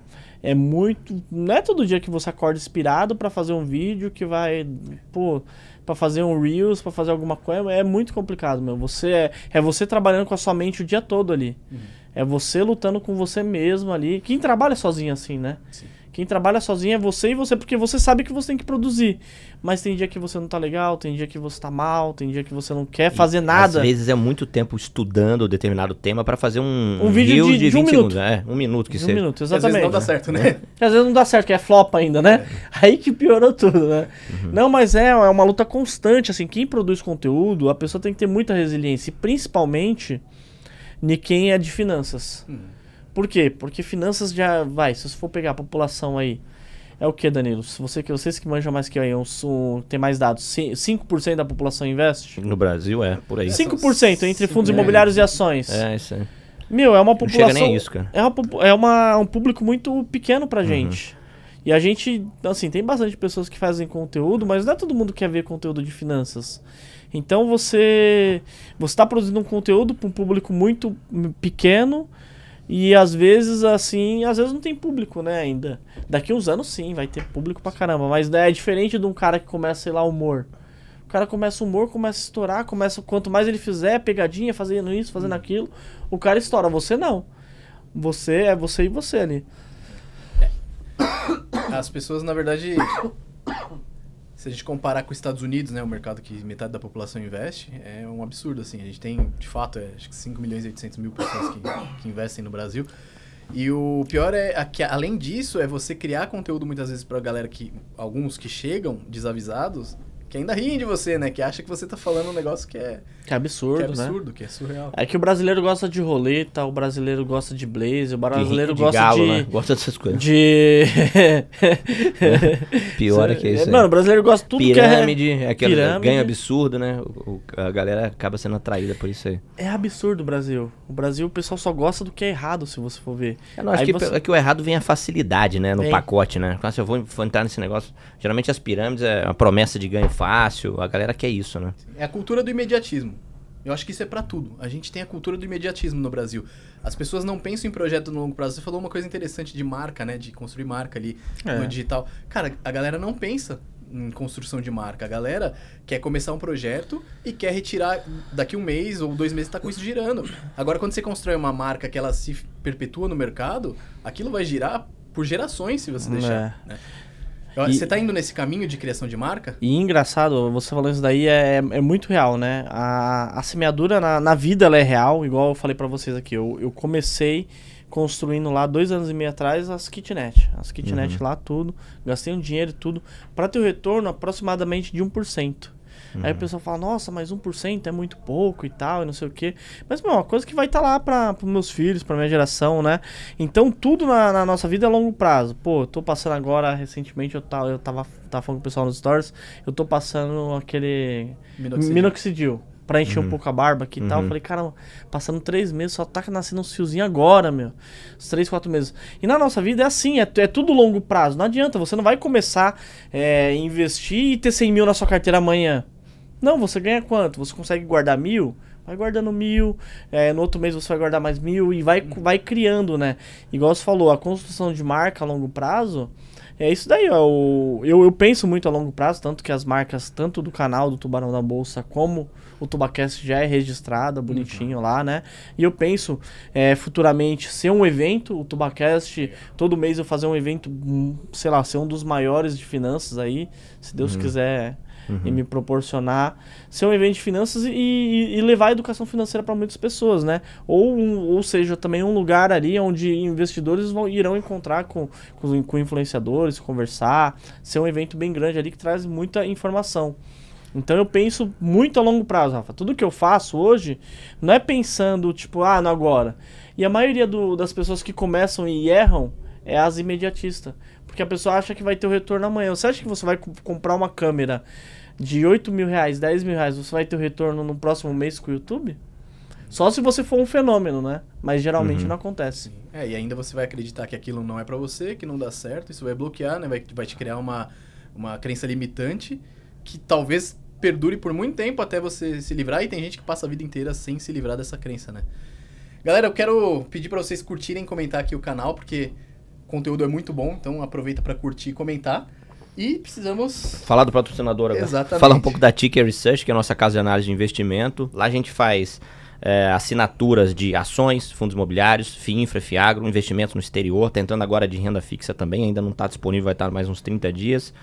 não é todo dia que você acorda inspirado para fazer um vídeo que vai, para fazer um Reels, para fazer alguma coisa, é muito complicado, meu. É você trabalhando com a sua mente o dia todo ali. É você lutando com você mesmo ali. Quem trabalha sozinho assim, né? Sim. Quem trabalha sozinho é você e você, porque você sabe que você tem que produzir. Mas tem dia que você não tá legal, tem dia que você tá mal, tem dia que você não quer fazer nada. Às vezes é muito tempo estudando determinado tema pra fazer um vídeo de 20 segundos. 1 minuto que seja. 1 minuto, exatamente. Às vezes não dá certo, né? Às vezes não dá certo, que é flop ainda, né? Aí que piorou tudo, né? Não, mas é uma luta constante, assim. Quem produz conteúdo, a pessoa tem que ter muita resiliência. E principalmente de quem é de finanças. Por quê? Porque finanças já se você for pegar a população aí, é o que, Danilo? Vocês que manjam mais que eu aí, tem mais dados, 5% da população investe? No Brasil por aí. 5% entre fundos imobiliários e ações. Isso aí. Meu, é uma população... Não chega nem isso, cara. Um público muito pequeno pra gente. E a gente, assim, tem bastante pessoas que fazem conteúdo, mas não é todo mundo que quer ver conteúdo de finanças. Então você tá produzindo um conteúdo para um público muito pequeno. E às vezes, assim, não tem público, né, ainda. Daqui uns anos, sim, vai ter público pra caramba. Mas é diferente de um cara que começa, sei lá, humor. O cara começa humor, começa a estourar, quanto mais ele fizer pegadinha, fazendo isso, fazendo aquilo, o cara estoura. Você não. Você é você e você ali. As pessoas, na verdade... Se a gente comparar com os Estados Unidos, né, o mercado que metade da população investe, é um absurdo, assim. A gente tem, de fato, acho que 5 milhões e 800 mil pessoas que investem no Brasil. E o pior é que, além disso, é você criar conteúdo muitas vezes pra galera alguns que chegam desavisados, que ainda riem de você, né? Que acha que você tá falando um negócio que é absurdo, né? Que é surreal. É que o brasileiro gosta de roleta, o brasileiro gosta de blaze, o brasileiro gosta galo, né? Gosta dessas coisas. Pior é que isso aí. Mano, o brasileiro gosta de tudo pirâmide, que é... aquele ganho absurdo, né? A galera acaba sendo atraída por isso aí. É absurdo o Brasil. O Brasil, o pessoal só gosta do que é errado, se você for ver. Acho que o errado vem a facilidade, né? No pacote, né? Nossa, eu vou entrar nesse negócio. Geralmente as pirâmides é uma promessa de ganho fácil, a galera quer isso, né? É a cultura do imediatismo. Eu acho que isso é pra tudo. A gente tem a cultura do imediatismo no Brasil. As pessoas não pensam em projeto no longo prazo. Você falou uma coisa interessante de marca, né? De construir marca ali no digital. Cara, a galera não pensa em construção de marca. A galera quer começar um projeto e quer retirar daqui 1 mês ou 2 meses tá com isso girando. Agora, quando você constrói uma marca que ela se perpetua no mercado, aquilo vai girar por gerações, se você deixar, né? Você tá indo nesse caminho de criação de marca? E engraçado, você falando isso daí é muito real, né? A semeadura na vida ela é real, igual eu falei pra vocês aqui. Eu comecei construindo lá 2 anos e meio atrás as kitnet. As kitnet lá, tudo. Gastei um dinheiro e tudo. Para ter o retorno aproximadamente de 1%. Aí o pessoal fala, nossa, mas 1% é muito pouco e tal, e não sei o quê. Mas, meu, uma coisa que vai estar lá para os meus filhos, para minha geração, né? Então, tudo na nossa vida é a longo prazo. Pô, eu tô passando agora, recentemente, eu tava falando com o pessoal nos stories, eu tô passando aquele minoxidil pra encher um pouco a barba aqui e tal. Eu falei, cara, passando 3 meses, só tá nascendo uns fiozinhos agora, meu. Uns 3, 4 meses. E na nossa vida é assim, é tudo longo prazo. Não adianta, você não vai começar a investir e ter 100 mil na sua carteira amanhã. Não, você ganha quanto? Você consegue guardar 1.000? Vai guardando 1.000, no outro mês você vai guardar mais 1.000 e vai criando, né? Igual você falou, a construção de marca a longo prazo, é isso daí, ó. Eu penso muito a longo prazo, tanto que as marcas, tanto do canal do Tubarão da Bolsa, como o TubaCast já é registrada, bonitinho lá, né? E eu penso, futuramente, ser um evento, o TubaCast, todo mês eu fazer um evento, sei lá, ser um dos maiores de finanças aí, se Deus quiser... E me proporcionar ser um evento de finanças e levar a educação financeira para muitas pessoas, né? Ou seja, também um lugar ali onde investidores irão encontrar com influenciadores, conversar, ser um evento bem grande ali que traz muita informação. Então eu penso muito a longo prazo, Rafa. Tudo que eu faço hoje não é pensando, tipo, no agora. E a maioria das pessoas que começam e erram é as imediatistas. Porque a pessoa acha que vai ter o retorno amanhã. Você acha que você vai comprar uma câmera de 8 mil reais, 10 mil reais, você vai ter o retorno no próximo mês com o YouTube? Só se você for um fenômeno, né? Mas geralmente não acontece. E ainda você vai acreditar que aquilo não é pra você, que não dá certo. Isso vai bloquear, né? Vai te criar uma crença limitante que talvez perdure por muito tempo até você se livrar. E tem gente que passa a vida inteira sem se livrar dessa crença, né? Galera, eu quero pedir pra vocês curtirem e comentar aqui o canal, porque... o conteúdo é muito bom, então aproveita para curtir e comentar. E precisamos... falar do patrocinador agora. Exatamente. Falar um pouco da Ticker Research, que é a nossa casa de análise de investimento. Lá a gente faz assinaturas de ações, fundos imobiliários, FIINFRA, FIAGRO, investimentos no exterior, tentando agora de renda fixa também, ainda não está disponível, vai estar mais uns 30 dias.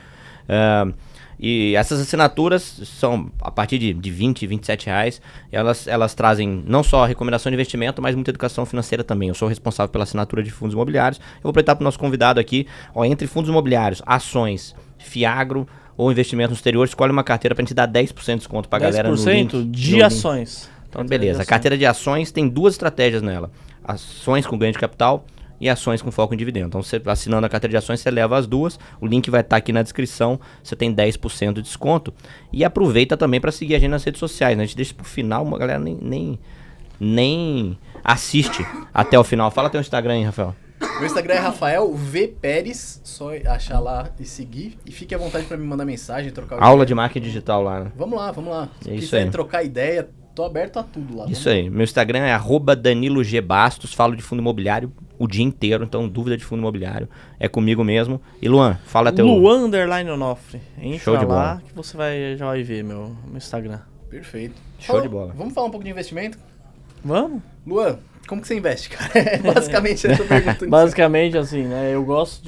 E essas assinaturas são a partir de 20, 27 reais. Elas trazem não só recomendação de investimento, mas muita educação financeira também. Eu sou responsável pela assinatura de fundos imobiliários. Eu vou aproveitar para o nosso convidado aqui. Entre fundos imobiliários, ações, FIAGRO ou investimento no exterior, escolhe uma carteira para a gente dar 10% de desconto para a galera no link. 10% de ações. Então, beleza. A carteira de ações tem 2 estratégias nela. Ações com ganho de capital e ações com foco em dividendo. Então, você assinando a carteira de ações, você leva as 2. O link vai estar aqui na descrição. Você tem 10% de desconto. E aproveita também para seguir a gente nas redes sociais, né? A gente deixa pro final, uma galera nem assiste até o final. Fala teu Instagram aí, Rafael. Meu Instagram é Rafael V. Pérez. Só achar lá e seguir. E fique à vontade para me mandar mensagem, trocar aula de marketing digital lá, né? Vamos lá. Se quiser trocar ideia, tô aberto a tudo lá. Isso aí. Meu Instagram é @DaniloG_Bastos. Falo de fundo imobiliário o dia inteiro, então dúvida de fundo imobiliário é comigo mesmo. E Luan, fala teu... Luan_Onofre. Show de bola. Lá que você já vai ver meu Instagram. Perfeito. Show de bola. Vamos falar um pouco de investimento? Vamos? Luan, como que você investe, cara? Basicamente essa pergunta. Basicamente assim, né? Eu gosto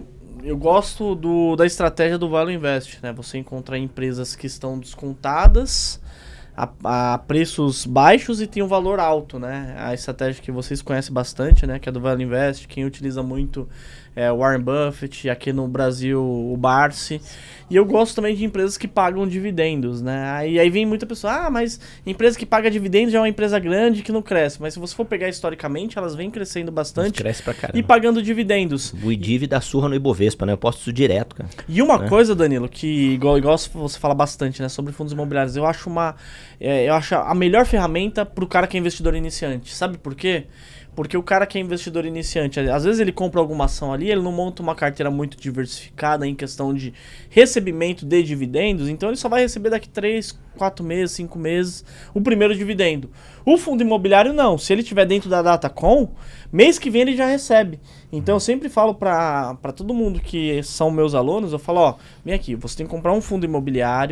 da estratégia do Value Invest, né? Você encontra empresas que estão descontadas a preços baixos e tem um valor alto, né? A estratégia que vocês conhecem bastante, né? Que é do Value Invest, quem utiliza muito é o Warren Buffett, aqui no Brasil o Barsi. E eu gosto também de empresas que pagam dividendos, né? Aí vem muita pessoa, mas empresa que paga dividendos já é uma empresa grande que não cresce. Mas se você for pegar historicamente, elas vêm crescendo bastante. Cresce pra caramba. E pagando dividendos. O IDIV dá surra no Ibovespa, né? Eu posto isso direto, cara. E uma coisa, Danilo, que igual você fala bastante, né? Sobre fundos imobiliários, eu acho a melhor ferramenta pro cara que é investidor iniciante. Sabe por quê? Porque o cara que é investidor iniciante, às vezes ele compra alguma ação ali, ele não monta uma carteira muito diversificada em questão de recebimento de dividendos, então ele só vai receber daqui 3, 4 meses, 5 meses o primeiro dividendo. O fundo imobiliário não, se ele estiver dentro da Datacom, mês que vem ele já recebe. Então eu sempre falo para todo mundo que são meus alunos, eu falo, vem aqui, você tem que comprar um fundo imobiliário,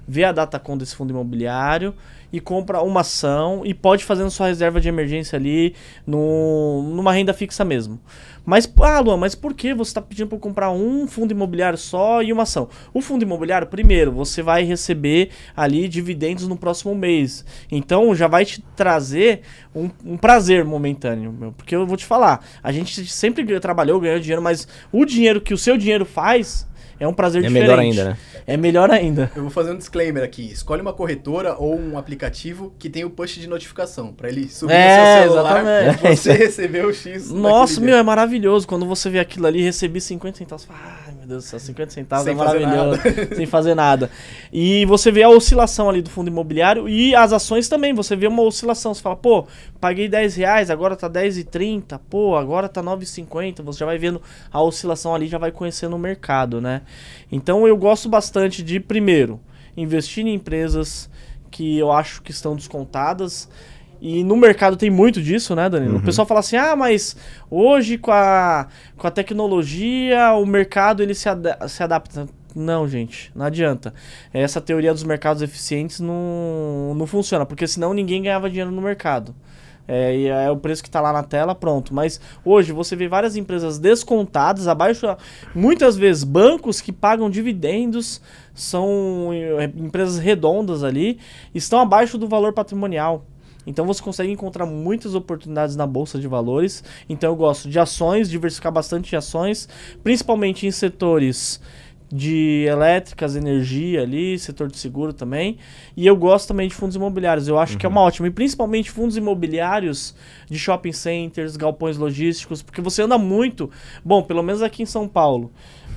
vê a datacom desse fundo imobiliário e compra uma ação e pode fazer sua reserva de emergência ali numa renda fixa mesmo. Mas, Luan, mas por que você está pedindo para eu comprar um fundo imobiliário só e uma ação? O fundo imobiliário, primeiro, você vai receber ali dividendos no próximo mês. Então, já vai te trazer um prazer momentâneo, meu. Porque eu vou te falar, a gente sempre trabalhou, ganhou dinheiro, mas o dinheiro que o seu dinheiro faz... é um prazer diferente. É melhor ainda, né? É melhor ainda. Eu vou fazer um disclaimer aqui. Escolhe uma corretora ou um aplicativo que tem o push de notificação, pra ele subir no seu celular, exatamente. você receber o X. Nossa, daquele meu, é maravilhoso. Quando você vê aquilo ali, recebi 50 centavos. Ai, meu Deus do céu, 50 centavos Sem é fazer maravilhoso. Sem fazer nada. E você vê a oscilação ali do fundo imobiliário e as ações também. Você vê uma oscilação. Você fala, pô, paguei R$10, agora tá R$10,30. Pô, agora tá R$9,50. Você já vai vendo a oscilação ali, já vai conhecendo o mercado, né? Então eu gosto bastante de, primeiro, investir em empresas que eu acho que estão descontadas. E no mercado tem muito disso, né, Danilo? O pessoal fala assim, mas hoje com a tecnologia o mercado ele se adapta. Não, gente, não adianta. Essa teoria dos mercados eficientes não funciona, porque senão ninguém ganhava dinheiro no mercado. E é o preço que está lá na tela, pronto. Mas hoje você vê várias empresas descontadas, abaixo, muitas vezes bancos que pagam dividendos, são empresas redondas ali, estão abaixo do valor patrimonial. Então você consegue encontrar muitas oportunidades na Bolsa de Valores. Então eu gosto de ações, diversificar bastante de ações, principalmente em setores de elétricas, energia ali, setor de seguro também. E eu gosto também de fundos imobiliários. Eu acho que é uma ótima. E principalmente fundos imobiliários de shopping centers, galpões logísticos, porque você anda muito. Bom, pelo menos aqui em São Paulo.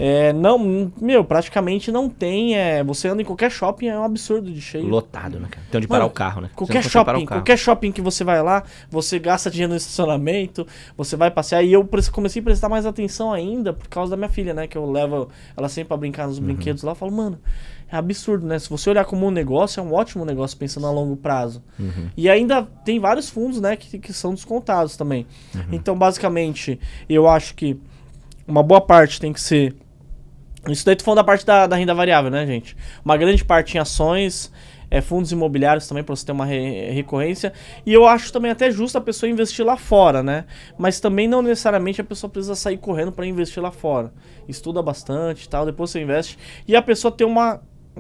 Praticamente não tem. Você anda em qualquer shopping, é um absurdo de cheio. Lotado, né, cara? Tem onde parar o carro, né? Qualquer shopping que você vai lá, você gasta dinheiro no estacionamento, você vai passear. E eu comecei a prestar mais atenção ainda por causa da minha filha, né? Que eu levo ela sempre pra brincar nos brinquedos lá. Eu falo, mano, é absurdo, né? Se você olhar como um negócio, é um ótimo negócio pensando a longo prazo. E ainda tem vários fundos, né, que são descontados também. Então, basicamente, eu acho que uma boa parte tem que ser... Isso daí tu falando da parte da renda variável, né, gente? Uma grande parte em ações, fundos imobiliários também, para você ter uma recorrência. E eu acho também até justo a pessoa investir lá fora, né? Mas também não necessariamente a pessoa precisa sair correndo para investir lá fora. Estuda bastante e tal, depois você investe. E a pessoa ter uma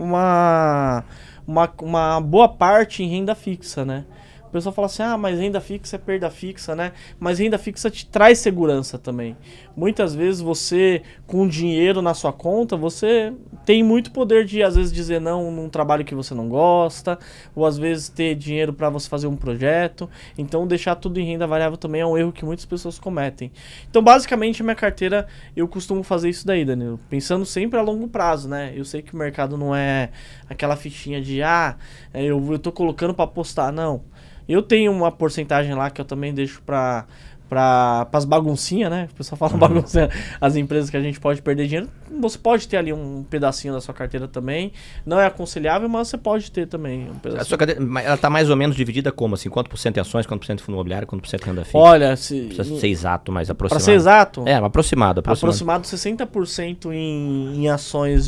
boa parte em renda fixa, né? O pessoal fala assim, mas renda fixa é perda fixa, né? Mas renda fixa te traz segurança também. Muitas vezes você, com dinheiro na sua conta, você tem muito poder de, às vezes, dizer não num trabalho que você não gosta, ou às vezes ter dinheiro para você fazer um projeto. Então, deixar tudo em renda variável também é um erro que muitas pessoas cometem. Então, basicamente, a minha carteira, eu costumo fazer isso daí, Danilo. Pensando sempre a longo prazo, né? Eu sei que o mercado não é aquela fichinha de, eu tô colocando para apostar. Não. Eu tenho uma porcentagem lá que eu também deixo para as baguncinhas, né? O pessoal fala baguncinha, as empresas que a gente pode perder dinheiro. Você pode ter ali um pedacinho da sua carteira também. Não é aconselhável, mas você pode ter também um pedacinho. A sua carteira, ela tá mais ou menos dividida como? Assim, quanto por cento em ações, quanto por cento em fundo imobiliário, quanto por cento em renda fixa? Olha, precisa ser exato, mas aproximado. Para ser exato? Aproximado. Aproximado 60% em ações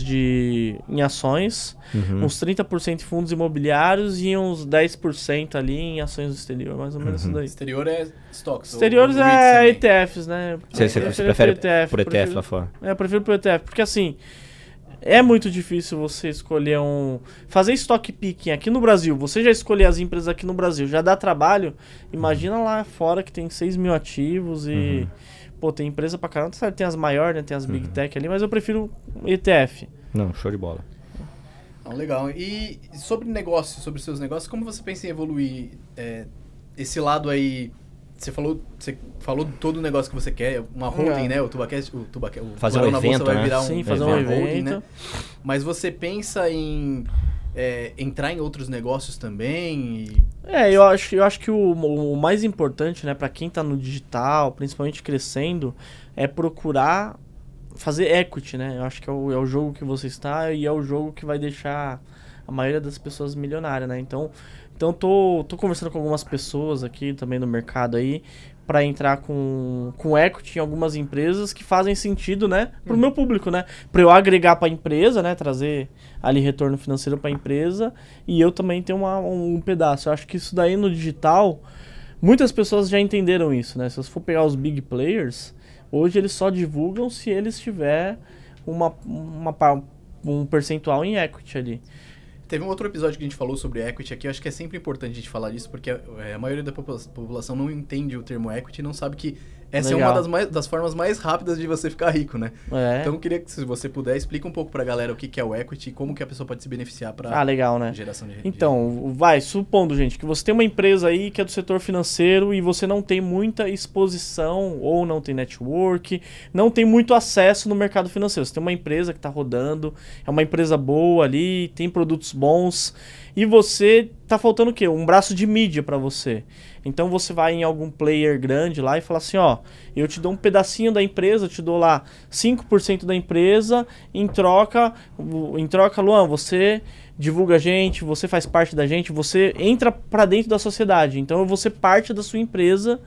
uns 30% em fundos imobiliários e uns 10% ali em ações do exterior, mais ou menos isso daí. Exterior é stocks. Exteriores é ETFs, né? Você prefere por ETF lá fora? Eu prefiro por ETF, porque assim, é muito difícil você escolher fazer stock picking aqui no Brasil. Você já escolher as empresas aqui no Brasil, já dá trabalho. Imagina lá fora que tem 6 mil ativos e... Pô, tem empresa pra caramba. Tem as maiores, né? Tem as Big Tech ali, mas eu prefiro ETF. Não, show de bola. Legal. E sobre negócios, sobre seus negócios, como você pensa em evoluir esse lado aí? Você falou de todo o negócio que você quer, uma holding, né? O TubaCast, fazer um evento, vai né? virar fazer um evento. Holding, né? Mas você pensa em entrar em outros negócios também? Eu acho que o mais importante, né, para quem tá no digital, principalmente crescendo, é procurar fazer equity, né? Eu acho que é o jogo que você está e é o jogo que vai deixar a maioria das pessoas milionária, né? Então tô conversando com algumas pessoas aqui também no mercado aí para entrar com equity em algumas empresas que fazem sentido, né, pro meu público, né, para eu agregar para a empresa, né, trazer ali retorno financeiro para a empresa e eu também ter um pedaço. Eu acho que isso daí no digital, muitas pessoas já entenderam isso, né, se você for pegar os big players, hoje eles só divulgam se eles tiver um percentual em equity ali. Teve um outro episódio que a gente falou sobre equity aqui, eu acho que é sempre importante a gente falar disso, porque a maioria da população não entende o termo equity e não sabe que essa é uma das formas mais rápidas de você ficar rico, né? Então eu queria que, se você puder, explica um pouco pra galera o que é o equity e como que a pessoa pode se beneficiar pra legal, né? Geração de renda. Então, supondo, gente, que você tem uma empresa aí que é do setor financeiro e você não tem muita exposição ou não tem network, não tem muito acesso no mercado financeiro. Você tem uma empresa que tá rodando, é uma empresa boa ali, tem produtos bons e você tá faltando o quê? Um braço de mídia para você. Então você vai em algum player grande lá e fala assim, ó, eu te dou um pedacinho da empresa, eu te dou lá 5% da empresa, em troca, Luan, você divulga a gente, você faz parte da gente, você entra para dentro da sociedade. Então eu vou ser parte da sua empresa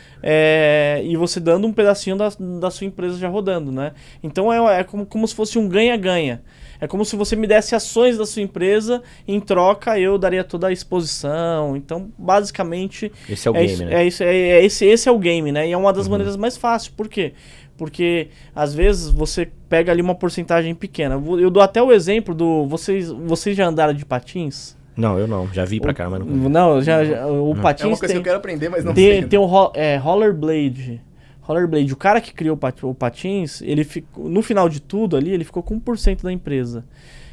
e você dando um pedacinho da sua empresa já rodando, né? Então é como se fosse um ganha-ganha. É como se você me desse ações da sua empresa, em troca eu daria toda a exposição. Então, basicamente... Esse é o game, né? Esse é o game, né? E é uma das maneiras mais fáceis. Por quê? Porque, às vezes, você pega ali uma porcentagem pequena. Eu dou até o exemplo do... Vocês já andaram de patins? Não, eu não. Já vi pra cá, mas não... Não, o patins é uma coisa que eu quero aprender, mas não sei. sei. Tem o rollerblade. O cara que criou o patins, ele ficou, no final de tudo ali, ele ficou com 1% da empresa.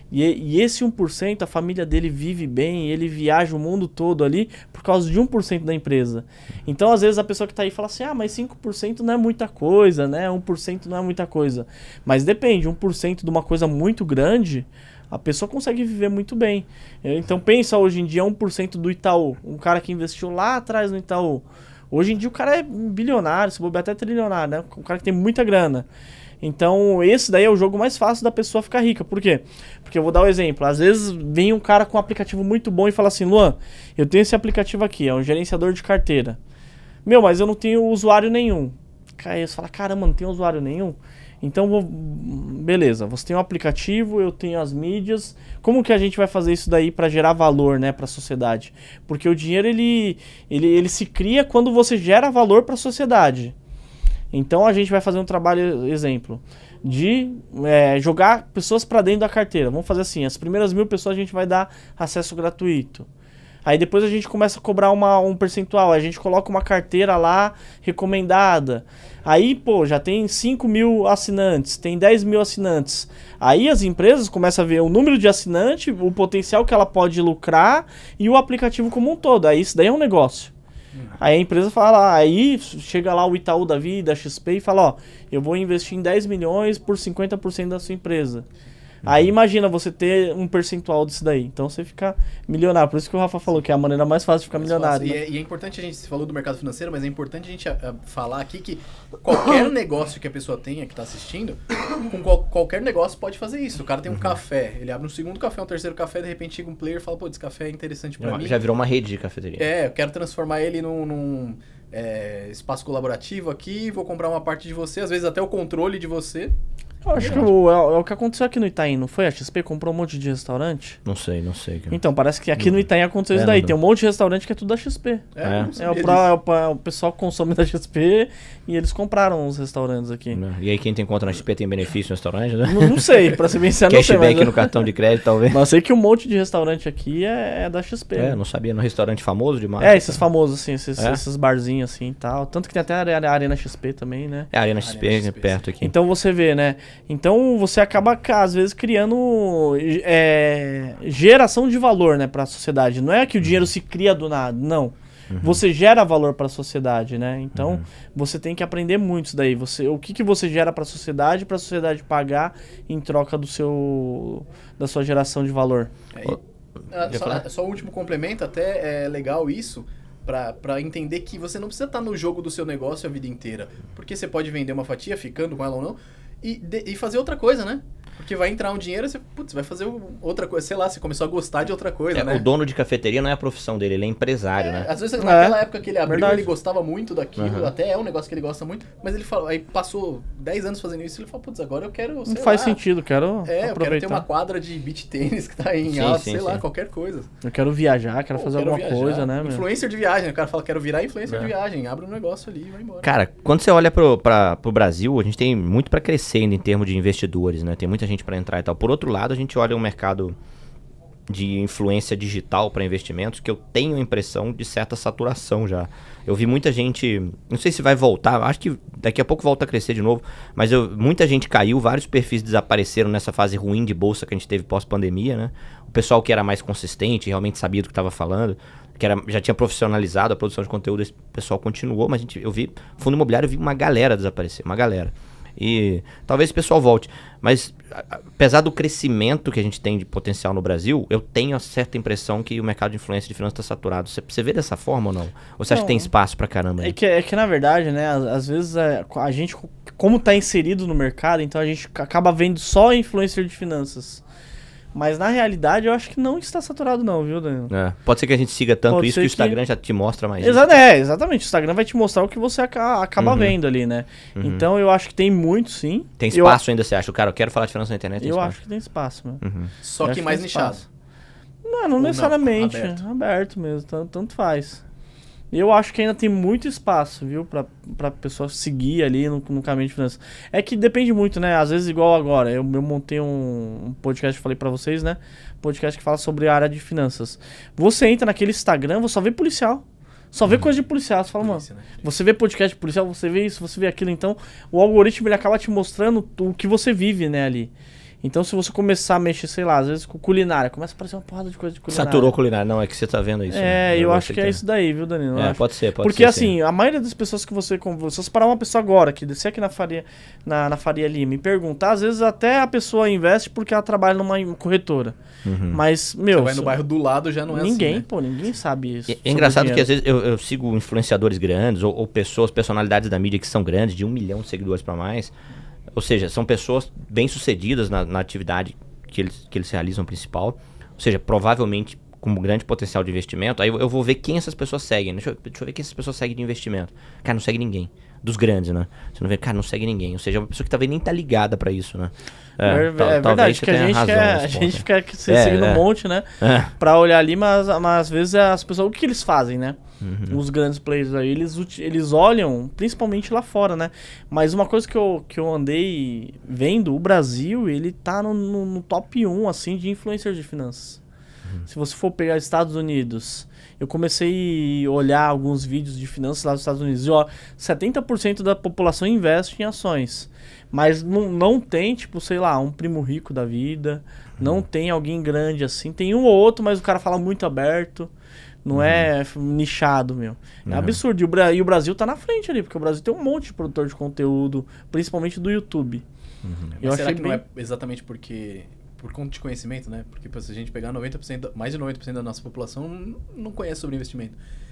E esse 1%, a família dele vive bem, ele viaja o mundo todo ali por causa de 1% da empresa. Então, às vezes, a pessoa que tá aí fala assim, mas 5% não é muita coisa, né? 1% não é muita coisa. Mas depende, 1% de uma coisa muito grande, a pessoa consegue viver muito bem. Então, pensa hoje em dia 1% do Itaú, um cara que investiu lá atrás no Itaú. Hoje em dia o cara é bilionário, se bobear até trilionário, né? Um cara que tem muita grana. Então, esse daí é o jogo mais fácil da pessoa ficar rica. Por quê? Porque eu vou dar um exemplo. Às vezes vem um cara com um aplicativo muito bom e fala assim, Luan, eu tenho esse aplicativo aqui, é um gerenciador de carteira. Mas eu não tenho usuário nenhum. Aí você fala, caramba, não tem usuário nenhum? Então, beleza, você tem um aplicativo, eu tenho as mídias. Como que a gente vai fazer isso daí para gerar valor, né, para a sociedade? Porque o dinheiro, ele se cria quando você gera valor para a sociedade. Então, a gente vai fazer um trabalho, exemplo, de jogar pessoas para dentro da carteira. Vamos fazer assim, as primeiras 1.000 pessoas a gente vai dar acesso gratuito. Aí depois a gente começa a cobrar um percentual, a gente coloca uma carteira lá recomendada. Aí, já tem 5.000 assinantes, tem 10.000 assinantes. Aí as empresas começam a ver o número de assinantes, o potencial que ela pode lucrar e o aplicativo como um todo. Aí isso daí é um negócio. Aí a empresa fala, aí chega lá o Itaú da vida, a XP e fala, eu vou investir em 10 milhões por 50% da sua empresa. Aí imagina você ter um percentual disso daí. Então você fica milionário. Por isso que o Rafa falou que é a maneira mais fácil de ficar milionário. Né? E é importante a gente, você falou do mercado financeiro, mas é importante a gente falar aqui que qualquer negócio que a pessoa tenha que está assistindo, com qualquer negócio pode fazer isso. O cara tem um café, ele abre um segundo café, um terceiro café, de repente chega um player e fala, esse café é interessante para mim. Já virou uma rede de cafeteria. Eu quero transformar ele num espaço colaborativo aqui, vou comprar uma parte de você, às vezes até o controle de você. Eu acho que é o que aconteceu aqui no Itaim, não foi? A XP comprou um monte de restaurante? Não sei. Cara. Então, parece que aqui no Itaim aconteceu isso daí. Tem um monte de restaurante que é tudo da XP. O pessoal consome da XP e eles compraram os restaurantes aqui. E aí quem tem conta na XP tem benefício no restaurante? Né? Não sei, pra ser bem sincero, não sei. Cashback no cartão de crédito, talvez. Mas eu sei que um monte de restaurante aqui é da XP. Não sabia. No restaurante famoso demais. Esses famosos, assim, esses barzinhos assim e tal. Tanto que tem até a Arena XP também, né? A Arena XP perto aqui. Então você vê, né? Então você acaba, às vezes, criando geração de valor, né, para a sociedade. Não é que o dinheiro se cria do nada, não. Você gera valor para a sociedade, né? Então, você tem que aprender muito isso daí. O que você gera para a sociedade pagar em troca da sua geração de valor. Só o último complemento, até é legal isso, para entender que você não precisa estar no jogo do seu negócio a vida inteira. Porque você pode vender uma fatia, ficando com ela ou não, e fazer outra coisa, né? Porque vai entrar um dinheiro e você, putz, vai fazer outra coisa. Sei lá, você começou a gostar de outra coisa, né? O dono de cafeteria não é a profissão dele, ele é empresário, né? Às vezes naquela época que ele abriu, verdade. ele gostava muito daquilo, até é um negócio que ele gosta muito, mas ele falou, aí passou 10 anos fazendo isso e ele falou, putz, agora eu quero, sei Não faz lá, sentido, quero eu quero aproveitar. ter uma quadra de beach tênis que tá em Sim, alta, sim, sei lá, sim. qualquer coisa. Eu quero viajar, quero Pô, fazer quero alguma viajar. coisa, né, meu? Influencer de viagem, o cara fala, quero virar influencer de viagem, abre um negócio ali e vai embora. Cara, quando você olha pro Brasil, a gente tem muito pra crescer ainda em termos de investidores, né? Tem muita gente pra entrar e tal. Por outro lado, a gente olha um mercado de influência digital para investimentos que eu tenho a impressão de certa saturação já. Eu vi muita gente, não sei se vai voltar, acho que daqui a pouco volta a crescer de novo, mas muita gente caiu, vários perfis desapareceram nessa fase ruim de bolsa que a gente teve pós-pandemia, né? O pessoal que era mais consistente, realmente sabia do que estava falando, já tinha profissionalizado a produção de conteúdo, esse pessoal continuou, mas eu vi, fundo imobiliário, eu vi uma galera desaparecer, uma galera. E talvez o pessoal volte. Mas, apesar do crescimento que a gente tem de potencial no Brasil, eu tenho a certa impressão que o mercado de influência de finanças está saturado. Você vê dessa forma ou não? Ou você acha que tem espaço pra caramba aí? É que na verdade, né, às vezes a gente, como tá inserido no mercado, então a gente acaba vendo só influencer de finanças. Mas na realidade eu acho que não está saturado não, viu, Danilo? Pode ser que a gente siga tanto Pode isso que o ser Instagram já te mostra mais exatamente. O Instagram vai te mostrar o que você acaba vendo ali, né? Então eu acho que tem muito, sim. Tem espaço ainda, você acha? Cara, eu quero falar de finanças na internet, tem Eu espaço. acho que tem espaço, meu. Só Eu que acho mais tem nichado. espaço. Não necessariamente. Aberto mesmo, tanto faz. Eu acho que ainda tem muito espaço, viu, pra pessoa seguir ali no caminho de finanças. É que depende muito, né? Às vezes, igual agora, eu montei um podcast, falei pra vocês, né? Podcast que fala sobre a área de finanças. Você entra naquele Instagram, você só vê policial. Só vê coisa de policial. Você fala, Polícia, mano, né? você vê podcast de policial, você vê isso, você vê aquilo. Então, o algoritmo, ele acaba te mostrando o que você vive, né, ali. Então, se você começar a mexer, sei lá, às vezes com culinária, começa a aparecer uma porrada de coisa de culinária. Saturou culinária. Não, é que você tá vendo isso. né? Eu acho que é isso daí, viu, Danilo? Pode ser, pode Porque ser. assim, a maioria das pessoas que você conversa, se você parar uma pessoa agora, que descer aqui na Faria Lima e perguntar, às vezes até a pessoa investe porque ela trabalha numa corretora. Mas, meu... Você vai no bairro do lado, já não é ninguém, assim, né? pô, ninguém sabe isso. É engraçado que às vezes eu sigo influenciadores grandes ou personalidades da mídia que são grandes, de 1 milhão de seguidores pra mais. Ou seja, são pessoas bem-sucedidas na atividade que eles realizam principal. Ou seja, provavelmente com um grande potencial de investimento. Aí eu vou ver quem essas pessoas seguem. Deixa eu ver quem essas pessoas seguem de investimento. Cara, não segue ninguém. Dos grandes, né? Você não vê, cara, não segue ninguém. Ou seja, é uma pessoa que talvez nem tá ligada pra isso, né? Verdade, que a gente quer que você siga um monte, né? Pra olhar ali, mas às vezes as pessoas, o que eles fazem, né? Os grandes players aí, eles olham, principalmente lá fora, né? Mas uma coisa que eu andei vendo, o Brasil, ele tá no top 1, assim, de influencers de finanças. Se você for pegar Estados Unidos, eu comecei a olhar alguns vídeos de finanças lá dos Estados Unidos. E, ó, 70% da população investe em ações. Mas não tem, tipo, sei lá, um primo rico da vida. Não tem alguém grande assim. Tem um ou outro, mas o cara fala muito aberto. Não é nichado, meu. É absurdo. E o Brasil tá na frente ali, porque o Brasil tem um monte de produtor de conteúdo, principalmente do YouTube. Mas será que não é exatamente por conta de conhecimento, né? Porque se a gente pegar 90%, mais de 90% da nossa população não conhece sobre investimento.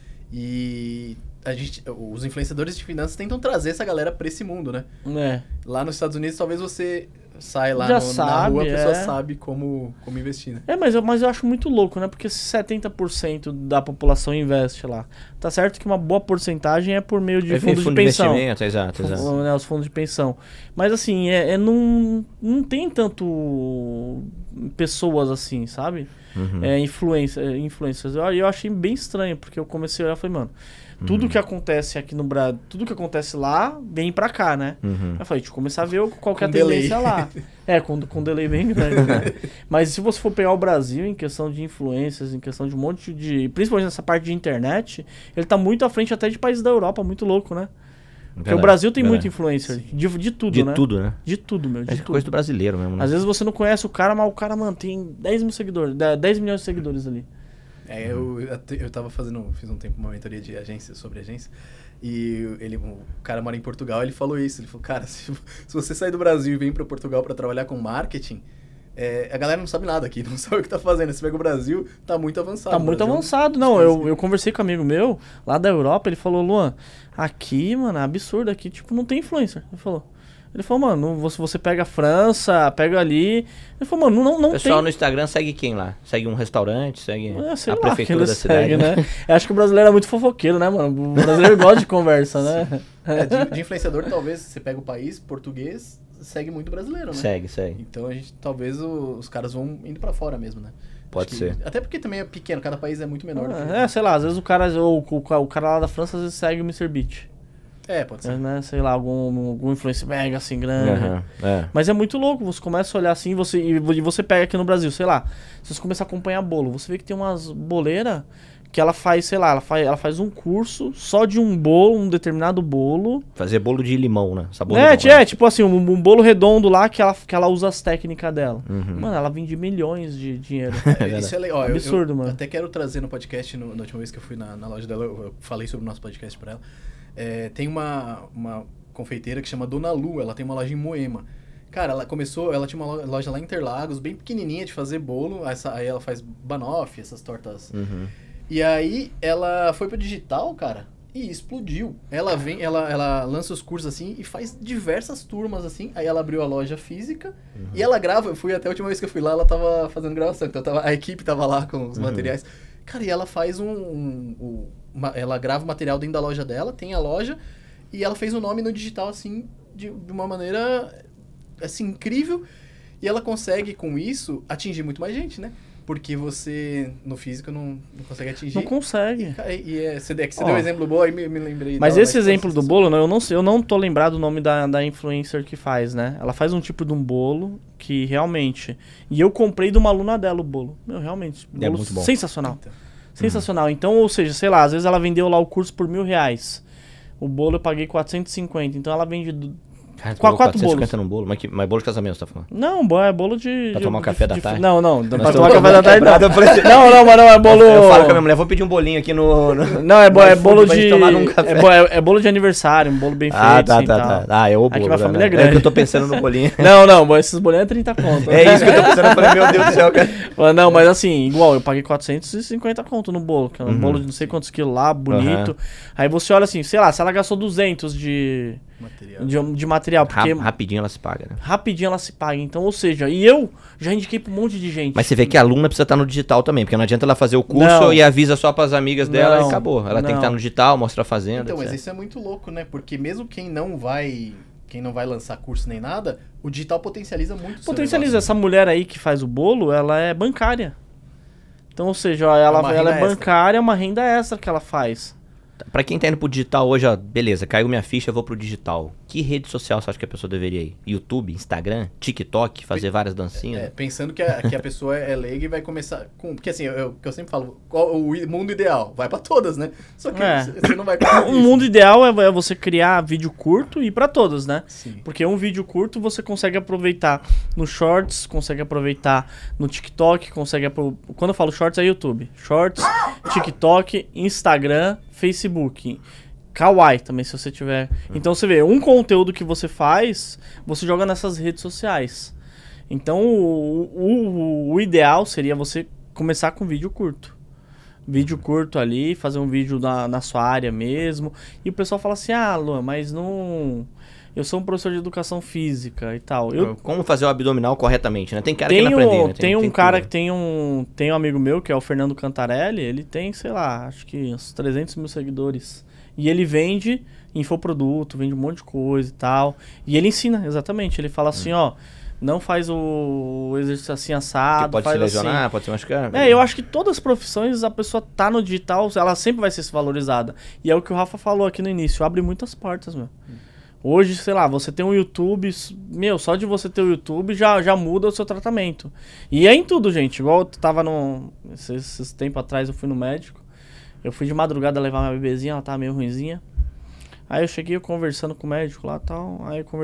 E os influenciadores de finanças tentam trazer essa galera pra esse mundo, né? Lá nos Estados Unidos, talvez você sai lá na rua, a pessoa sabe como investir, né? Mas eu acho muito louco, né? Porque se 70% da população investe lá, tá certo que uma boa porcentagem é por meio de fundos de pensão. Exato. Né, os fundos de pensão. Mas assim, não tem tanto pessoas assim, sabe? Influências. Eu achei bem estranho, porque eu comecei a olhar e falei, mano, tudo que acontece aqui no Brasil, tudo que acontece lá, vem pra cá, né? Eu falei, deixa eu começar a ver qual que é a tendência lá. Com delay bem grande, né? Mas se você for pegar o Brasil em questão de influências, em questão de um monte de... Principalmente nessa parte de internet, ele tá muito à frente até de países da Europa, muito louco, né? Porque o Brasil tem muito influencer, de tudo, né? De tudo, né? De tudo, meu, de tudo. Coisa do brasileiro mesmo, né? Às vezes você não conhece o cara, mas o cara mantém 10 mil seguidores, 10 milhões de seguidores ali. Eu fiz um tempo uma mentoria de agência, sobre agência, e o cara mora em Portugal, ele falou isso, ele falou, cara, se você sair do Brasil e vem para Portugal para trabalhar com marketing, a galera não sabe nada aqui, não sabe o que tá fazendo. Você pega o Brasil, tá muito avançado. Tá muito avançado. Não, eu conversei com um amigo meu, lá da Europa, ele falou, Luan, aqui, mano, é absurdo, aqui, tipo, não tem influencer. Ele falou, Ele falou, mano, você pega a França, pega ali. Ele falou, mano, não tem... O pessoal no Instagram segue quem lá? Segue um restaurante? Segue sei a lá, prefeitura da cidade? segue, né? Eu acho que o brasileiro é muito fofoqueiro, né, mano? O brasileiro gosta de conversa, né? De influenciador, talvez, você pega o país português, segue muito brasileiro, né? Segue. Então, talvez os caras vão indo pra fora mesmo, né? Pode ser. Até porque também é pequeno, cada país é muito menor. Que... sei lá, às vezes o cara lá da França às vezes segue o MrBeast. Pode ser. Né? Sei lá, algum influencer mega assim grande. Mas é muito louco, você começa a olhar assim, e você pega aqui no Brasil, sei lá, se você começar a acompanhar bolo, você vê que tem umas boleiras que ela faz, sei lá, ela faz um curso só de um bolo, um determinado bolo. Fazer bolo de limão, né? Sabor Tipo assim, um bolo redondo lá que ela usa as técnicas dela. Mano, ela vende milhões de dinheiro. Isso é legal. Absurdo, mano. Eu até quero trazer no podcast, na última vez que eu fui na loja dela, eu falei sobre o nosso podcast pra ela. Tem uma confeiteira que chama Dona Lu, ela tem uma loja em Moema. Cara, ela tinha uma loja lá em Interlagos, bem pequenininha de fazer bolo, aí ela faz banoffee, essas tortas. E aí ela foi pro digital, cara, e explodiu. Ela lança os cursos assim e faz diversas turmas assim, aí ela abriu a loja física e ela grava, eu fui até a última vez que eu fui lá, ela tava fazendo gravação, então a equipe tava lá com os materiais. Cara, e ela faz ela grava o material dentro da loja dela, tem a loja, e ela fez o nome no digital, assim, de uma maneira, assim, incrível. E ela consegue, com isso, atingir muito mais gente, né? Porque você, no físico, não consegue atingir. Não consegue. Você deu um exemplo bom, aí me lembrei. Mas esse exemplo do bolo, eu não tô lembrado o nome da influencer que faz, né? Ela faz um tipo de um bolo que realmente... E eu comprei de uma aluna dela o bolo. Meu, realmente, bolo muito bom. sensacional. Sensacional. Então, ou seja, sei lá, às vezes ela vendeu lá o curso por R$1.000. O bolo eu paguei 450. Então ela vende Cara, 4 bolos. num bolo? Mas bolo de casamento, você tá falando? Não, é bolo de... Pra tomar um café da tarde? Não, pra tomar café da tarde não. Mas não, é bolo... Eu falo com a minha mulher, vou pedir um bolinho aqui no Não, é bolo de... É bolo de aniversário, um bolo bem feito. Tá. É o bolo. Aqui minha família é É grande. que eu tô pensando no bolinho. Não, esses bolinhos é 30 conto. É isso que eu tô pensando, eu falei, meu Deus do céu, cara. Não, mas assim, igual, eu paguei 450 conto no bolo, que é um bolo de não sei quantos quilos lá, bonito. Aí você olha assim, sei lá, se ela gastou 200 de material, porque... Rapidinho ela se paga, né? Rapidinho ela se paga, então, ou seja, e eu já indiquei pra um monte de gente. Mas você vê que a aluna precisa estar no digital também, porque não adianta ela fazer o curso e avisa só pras amigas dela e acabou. Ela tem que estar no digital, mostrar a fazenda, Então, etc. mas isso é muito louco, né? Porque mesmo quem não vai lançar curso nem nada, o digital potencializa muito o seu negócio. Essa mulher aí que faz o bolo, ela é bancária. Então, ou seja, ela é bancária, é uma renda extra que ela faz. Pra quem tá indo pro digital hoje, ó, beleza, caiu minha ficha, eu vou pro digital. Que rede social você acha que a pessoa deveria ir? YouTube, Instagram, TikTok, fazer várias dancinhas? Pensando que a pessoa é leiga e vai começar com... Porque assim, que eu sempre falo, qual o mundo ideal? Vai pra todas, né? Só que você não vai... O mundo ideal é você criar vídeo curto e ir pra todas, né? Sim. Porque um vídeo curto você consegue aproveitar no Shorts, consegue aproveitar no TikTok, Quando eu falo Shorts é YouTube. Shorts, TikTok, Instagram, Facebook, Kawaii também, se você tiver. Então você vê, um conteúdo que você faz, você joga nessas redes sociais. Então o ideal seria você começar com vídeo curto. Vídeo curto ali, fazer um vídeo na sua área mesmo. E o pessoal fala assim, Luan, mas não... Eu sou um professor de educação física e tal. Como fazer o abdominal corretamente, né? Tem cara que não aprendeu, né? Tem um amigo meu, que é o Fernando Cantarelli, ele tem, sei lá, acho que uns 300 mil seguidores. E ele vende infoproduto, vende um monte de coisa e tal. E ele ensina, exatamente. Ele fala assim, não faz o exercício assim assado, pode faz se lesionar, assim. pode se machucar. Eu acho que todas as profissões, a pessoa tá no digital, ela sempre vai ser valorizada. E é o que o Rafa falou aqui no início, abre muitas portas, meu. Hoje, sei lá, você tem um YouTube, só de você ter o YouTube já muda o seu tratamento. E é em tudo, gente. Igual eu tava esses tempos atrás eu fui no médico, eu fui de madrugada levar minha bebezinha, ela tava meio ruinzinha. Aí eu cheguei conversando com o médico lá e tal,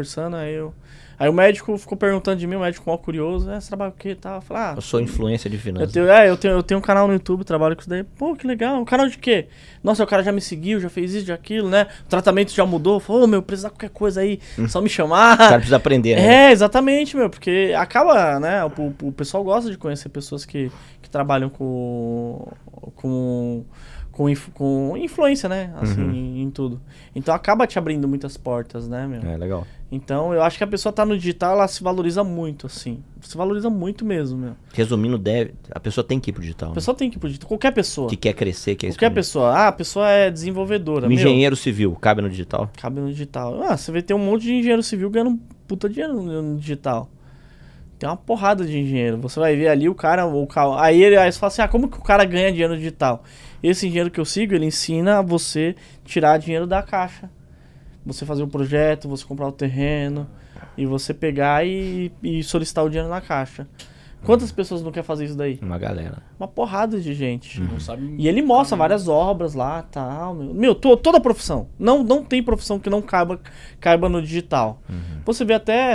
Aí o médico ficou perguntando de mim, o médico mal curioso, você trabalha com o quê e tal? Eu falei, eu sou influência de finanças. Eu tenho um canal no YouTube, trabalho com isso daí. Pô, que legal, um canal de quê? Nossa, o cara já me seguiu, já fez isso, já aquilo, né? O tratamento já mudou. Falou, precisar de qualquer coisa aí, só me chamar. O cara precisa aprender, né? Exatamente, porque acaba, né? O pessoal gosta de conhecer pessoas que trabalham com com influência, né? Assim, em tudo. Então acaba te abrindo muitas portas, né, meu? É, legal. Então eu acho que a pessoa tá no digital, ela se valoriza muito, assim. Se valoriza muito mesmo, meu. Resumindo, a pessoa tem que ir pro digital. A pessoa tem que ir pro digital. Qualquer pessoa. Que quer crescer, quer Qualquer pessoa. Ah, a pessoa é desenvolvedora. Um engenheiro civil, cabe no digital? Cabe no digital. Ah, você vai ter um monte de engenheiro civil ganhando puta dinheiro no digital. Tem uma porrada de engenheiro. Você vai ver ali o cara. Aí você fala assim: como que o cara ganha dinheiro no digital? Esse engenheiro que eu sigo, ele ensina a você tirar dinheiro da caixa. Você fazer um projeto, você comprar o terreno e você pegar e solicitar o dinheiro na caixa. Quantas pessoas não querem fazer isso daí? Uma galera. Uma porrada de gente. Não sabe. E ele mostra várias obras lá, tal. Meu, toda profissão. Não tem profissão que não caiba no digital. Você vê até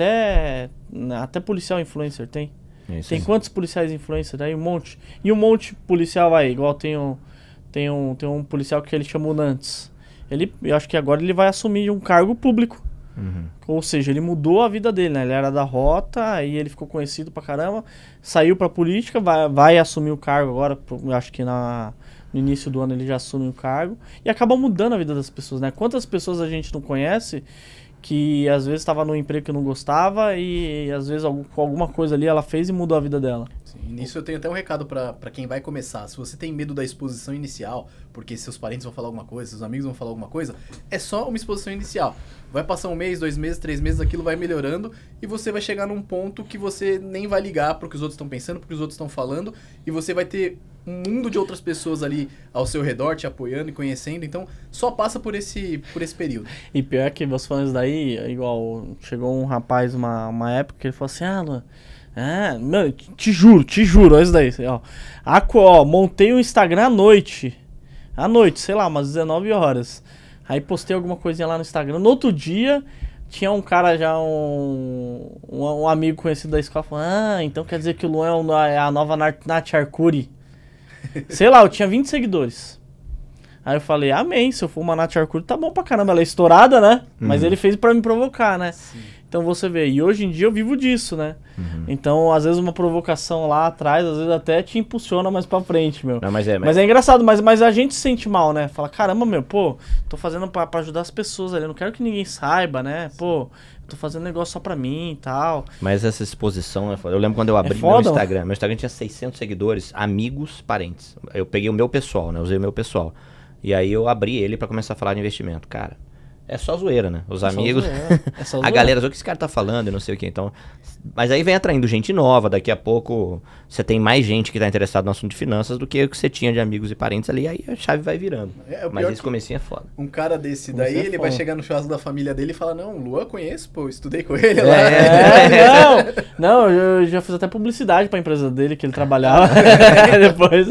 policial influencer tem. Tem quantos policiais influencers aí? Um monte. E um monte de policial aí, igual tem um policial que ele chamou Nantes. Eu acho que agora ele vai assumir um cargo público. Ou seja, ele mudou a vida dele, né? Ele era da Rota, aí ele ficou conhecido pra caramba, saiu pra política, vai assumir o cargo agora, eu acho que no início do ano ele já assume o cargo, e acaba mudando a vida das pessoas, né? Quantas pessoas a gente não conhece que às vezes estava num emprego que não gostava e às vezes com alguma coisa ali ela fez e mudou a vida dela. Sim, nisso eu tenho até um recado pra quem vai começar. Se você tem medo da exposição inicial, porque seus parentes vão falar alguma coisa, seus amigos vão falar alguma coisa, é só uma exposição inicial. Vai passar 1 mês, 2 meses, 3 meses, aquilo vai melhorando e você vai chegar num ponto que você nem vai ligar pro que os outros estão pensando, pro que os outros estão falando, e você vai ter um mundo de outras pessoas ali ao seu redor, te apoiando e conhecendo, então só passa por esse período. E pior que você falando isso daí, igual chegou um rapaz uma época que ele falou assim, Luan, mano, te juro, olha isso daí, ó, montei um Instagram à noite, sei lá, umas 19 horas, aí postei alguma coisinha lá no Instagram, no outro dia tinha um cara já, um amigo conhecido da escola, falando, então quer dizer que o Luan é a nova Nath Arcuri. Sei lá, eu tinha 20 seguidores. Aí eu falei, amém, se eu for uma Nath Arcuri, tá bom pra caramba, ela é estourada, né? Mas ele fez pra me provocar, né? Sim. Então você vê, e hoje em dia eu vivo disso, né? Então, às vezes uma provocação lá atrás, às vezes até te impulsiona mais pra frente, meu. Não, mas é engraçado, mas a gente se sente mal, né? Fala, caramba, meu, pô, tô fazendo pra ajudar as pessoas ali, eu não quero que ninguém saiba, né? Pô, tô fazendo negócio só pra mim e tal. Mas essa exposição, eu lembro quando eu abri meu Instagram. Meu Instagram tinha 600 seguidores, amigos, parentes. Eu peguei o meu pessoal, né? Usei o meu pessoal. E aí eu abri ele pra começar a falar de investimento. Cara, é só zoeira, né? Os amigos, a galera, o que esse cara tá falando e não sei o que. Então, mas aí vem atraindo gente nova. Daqui a pouco você tem mais gente que tá interessada no assunto de finanças do que o que você tinha de amigos e parentes ali. Aí a chave vai virando. Mas esse comecinho é foda. Um cara desse daí, ele vai chegar no churrasco da família dele e falar, não, Luan conheço, pô, estudei com ele lá. Não, eu já fiz até publicidade pra empresa dele, que ele trabalhava. Depois...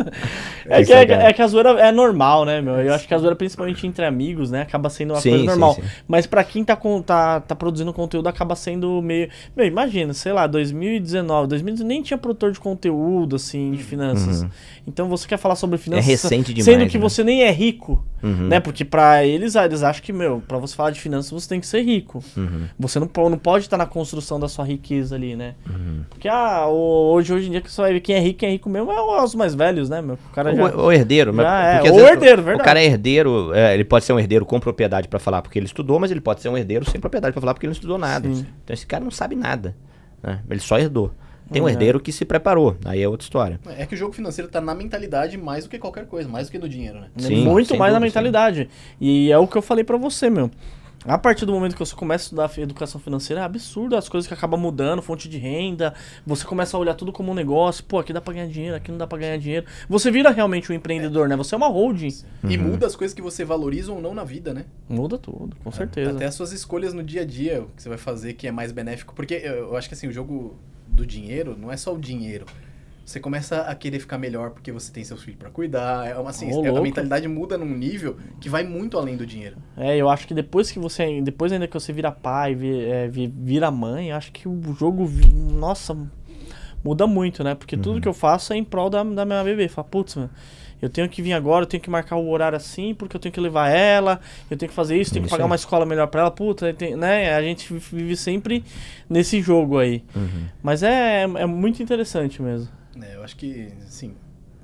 É que a zoeira é normal, né, meu? Eu acho que a zoeira, principalmente entre amigos, né, acaba sendo uma coisa normal. Sim. Mas pra quem tá produzindo conteúdo, acaba sendo meio... Meu, imagina, sei lá, 2019 nem tinha produtor de conteúdo, assim, de finanças. Então você quer falar sobre finanças... É recente demais, sendo que você nem é rico, né? Porque pra eles acham que, meu, pra você falar de finanças, você tem que ser rico. Você não pode estar na construção da sua riqueza ali, né? Porque, hoje em dia, que você vai ver quem é rico mesmo é os mais velhos, né, meu? O cara o herdeiro. O herdeiro, verdade. O cara é herdeiro, ele pode ser um herdeiro com propriedade pra falar porque ele estudou, mas ele pode ser um herdeiro sem propriedade pra falar porque ele não estudou nada. Sim. Então esse cara não sabe nada, né? Ele só herdou. Tem um herdeiro que se preparou, aí é outra história. É que o jogo financeiro tá na mentalidade mais do que qualquer coisa, mais do que no dinheiro, né? Sim, muito mais na mentalidade. Sim. E é o que eu falei pra você, meu. A partir do momento que você começa a estudar educação financeira, é absurdo as coisas que acabam mudando, fonte de renda, você começa a olhar tudo como um negócio, pô, aqui dá pra ganhar dinheiro, aqui não dá pra ganhar dinheiro. Você vira realmente um empreendedor, né? Você é uma holding. E muda as coisas que você valoriza ou não na vida, né? Muda tudo, com certeza. Até as suas escolhas no dia a dia, o que você vai fazer que é mais benéfico. Porque eu acho que assim, o jogo do dinheiro não é só o dinheiro. Você começa a querer ficar melhor porque você tem seus filhos pra cuidar. A mentalidade muda num nível que vai muito além do dinheiro. Eu acho que depois ainda que você vira pai, vira mãe, acho que o jogo, nossa, muda muito, né? Porque tudo que eu faço é em prol da minha bebê. Fala, putz, mano, eu tenho que vir agora, eu tenho que marcar o horário assim, porque eu tenho que levar ela, eu tenho que fazer isso, tenho que pagar uma escola melhor pra ela, puta, né? A gente vive sempre nesse jogo aí. Mas é muito interessante mesmo. Eu acho que, assim,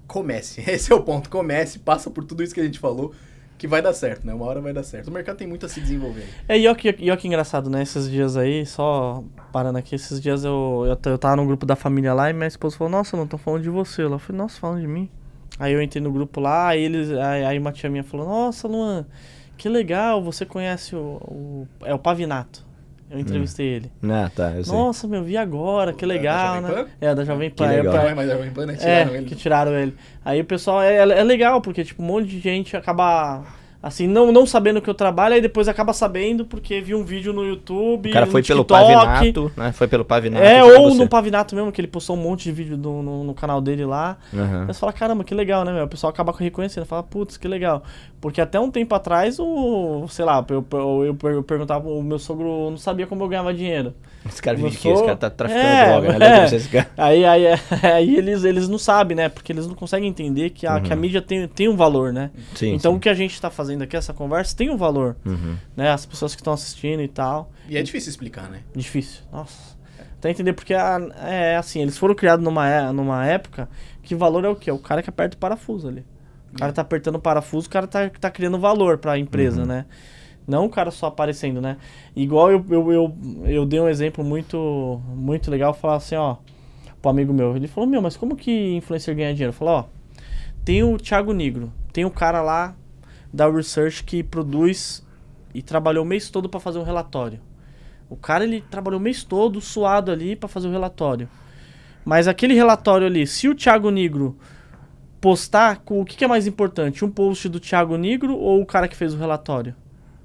comece. Esse é o ponto. Comece, passa por tudo isso que a gente falou, que vai dar certo, né? Uma hora vai dar certo. O mercado tem muito a se desenvolver. E ó que engraçado, né? Esses dias aí, só parando aqui, esses dias eu tava no grupo da família lá e minha esposa falou, nossa, não tô falando de você. Ela falou, nossa, falando de mim. Aí eu entrei no grupo lá, aí uma tia minha falou, nossa, Luan, que legal, você conhece o Pavinato. Eu entrevistei ele. Ah, tá, eu sei. Nossa, meu, vi agora, que legal, da Jovem né? É, da Jovem Pan. Que legal. Não é mais da Jovem Pan, né? Tiraram ele. Que tiraram ele. Aí o pessoal, é legal, porque tipo, um monte de gente acaba, assim, não sabendo que eu trabalho, aí depois acaba sabendo porque viu um vídeo no YouTube, O cara no foi pelo TikTok. Pavinato, né? Foi pelo Pavinato. Ou você. no Pavinato mesmo, que ele postou um monte de vídeo no canal dele lá. Uhum. Mas você fala, caramba, que legal, né, meu? O pessoal acaba reconhecendo, fala, putz, que legal. Porque até um tempo atrás, sei lá, eu perguntava, o meu sogro não sabia como eu ganhava dinheiro. Esse cara Meu vive de quê? Esse sogro- cara tá traficando droga, né? Lembra desse cara? Aí eles não sabem, né? Porque eles não conseguem entender que a mídia tem um valor, né? Sim, então sim. o que a gente tá fazendo aqui, essa conversa, tem um valor. Uhum. Né? As pessoas que estão assistindo e tal. E é difícil explicar, né? Difícil. Nossa. Até entender porque assim, eles foram criados numa época que valor é o quê? É o cara que aperta o parafuso ali. O cara tá apertando o parafuso, o cara tá criando valor pra empresa, né? Não o cara só aparecendo, né? Igual eu dei um exemplo muito, muito legal, falar assim, ó, pro amigo meu. Ele falou, mas como que influencer ganha dinheiro? Eu falei, ó, tem o Thiago Nigro, tem o cara lá da Research que produz e trabalhou o mês todo pra fazer um relatório. O cara, ele trabalhou o mês todo suado ali pra fazer o relatório. Mas aquele relatório ali, se o Thiago Nigro postar, o que é mais importante? Um post do Thiago Nigro ou o cara que fez o relatório?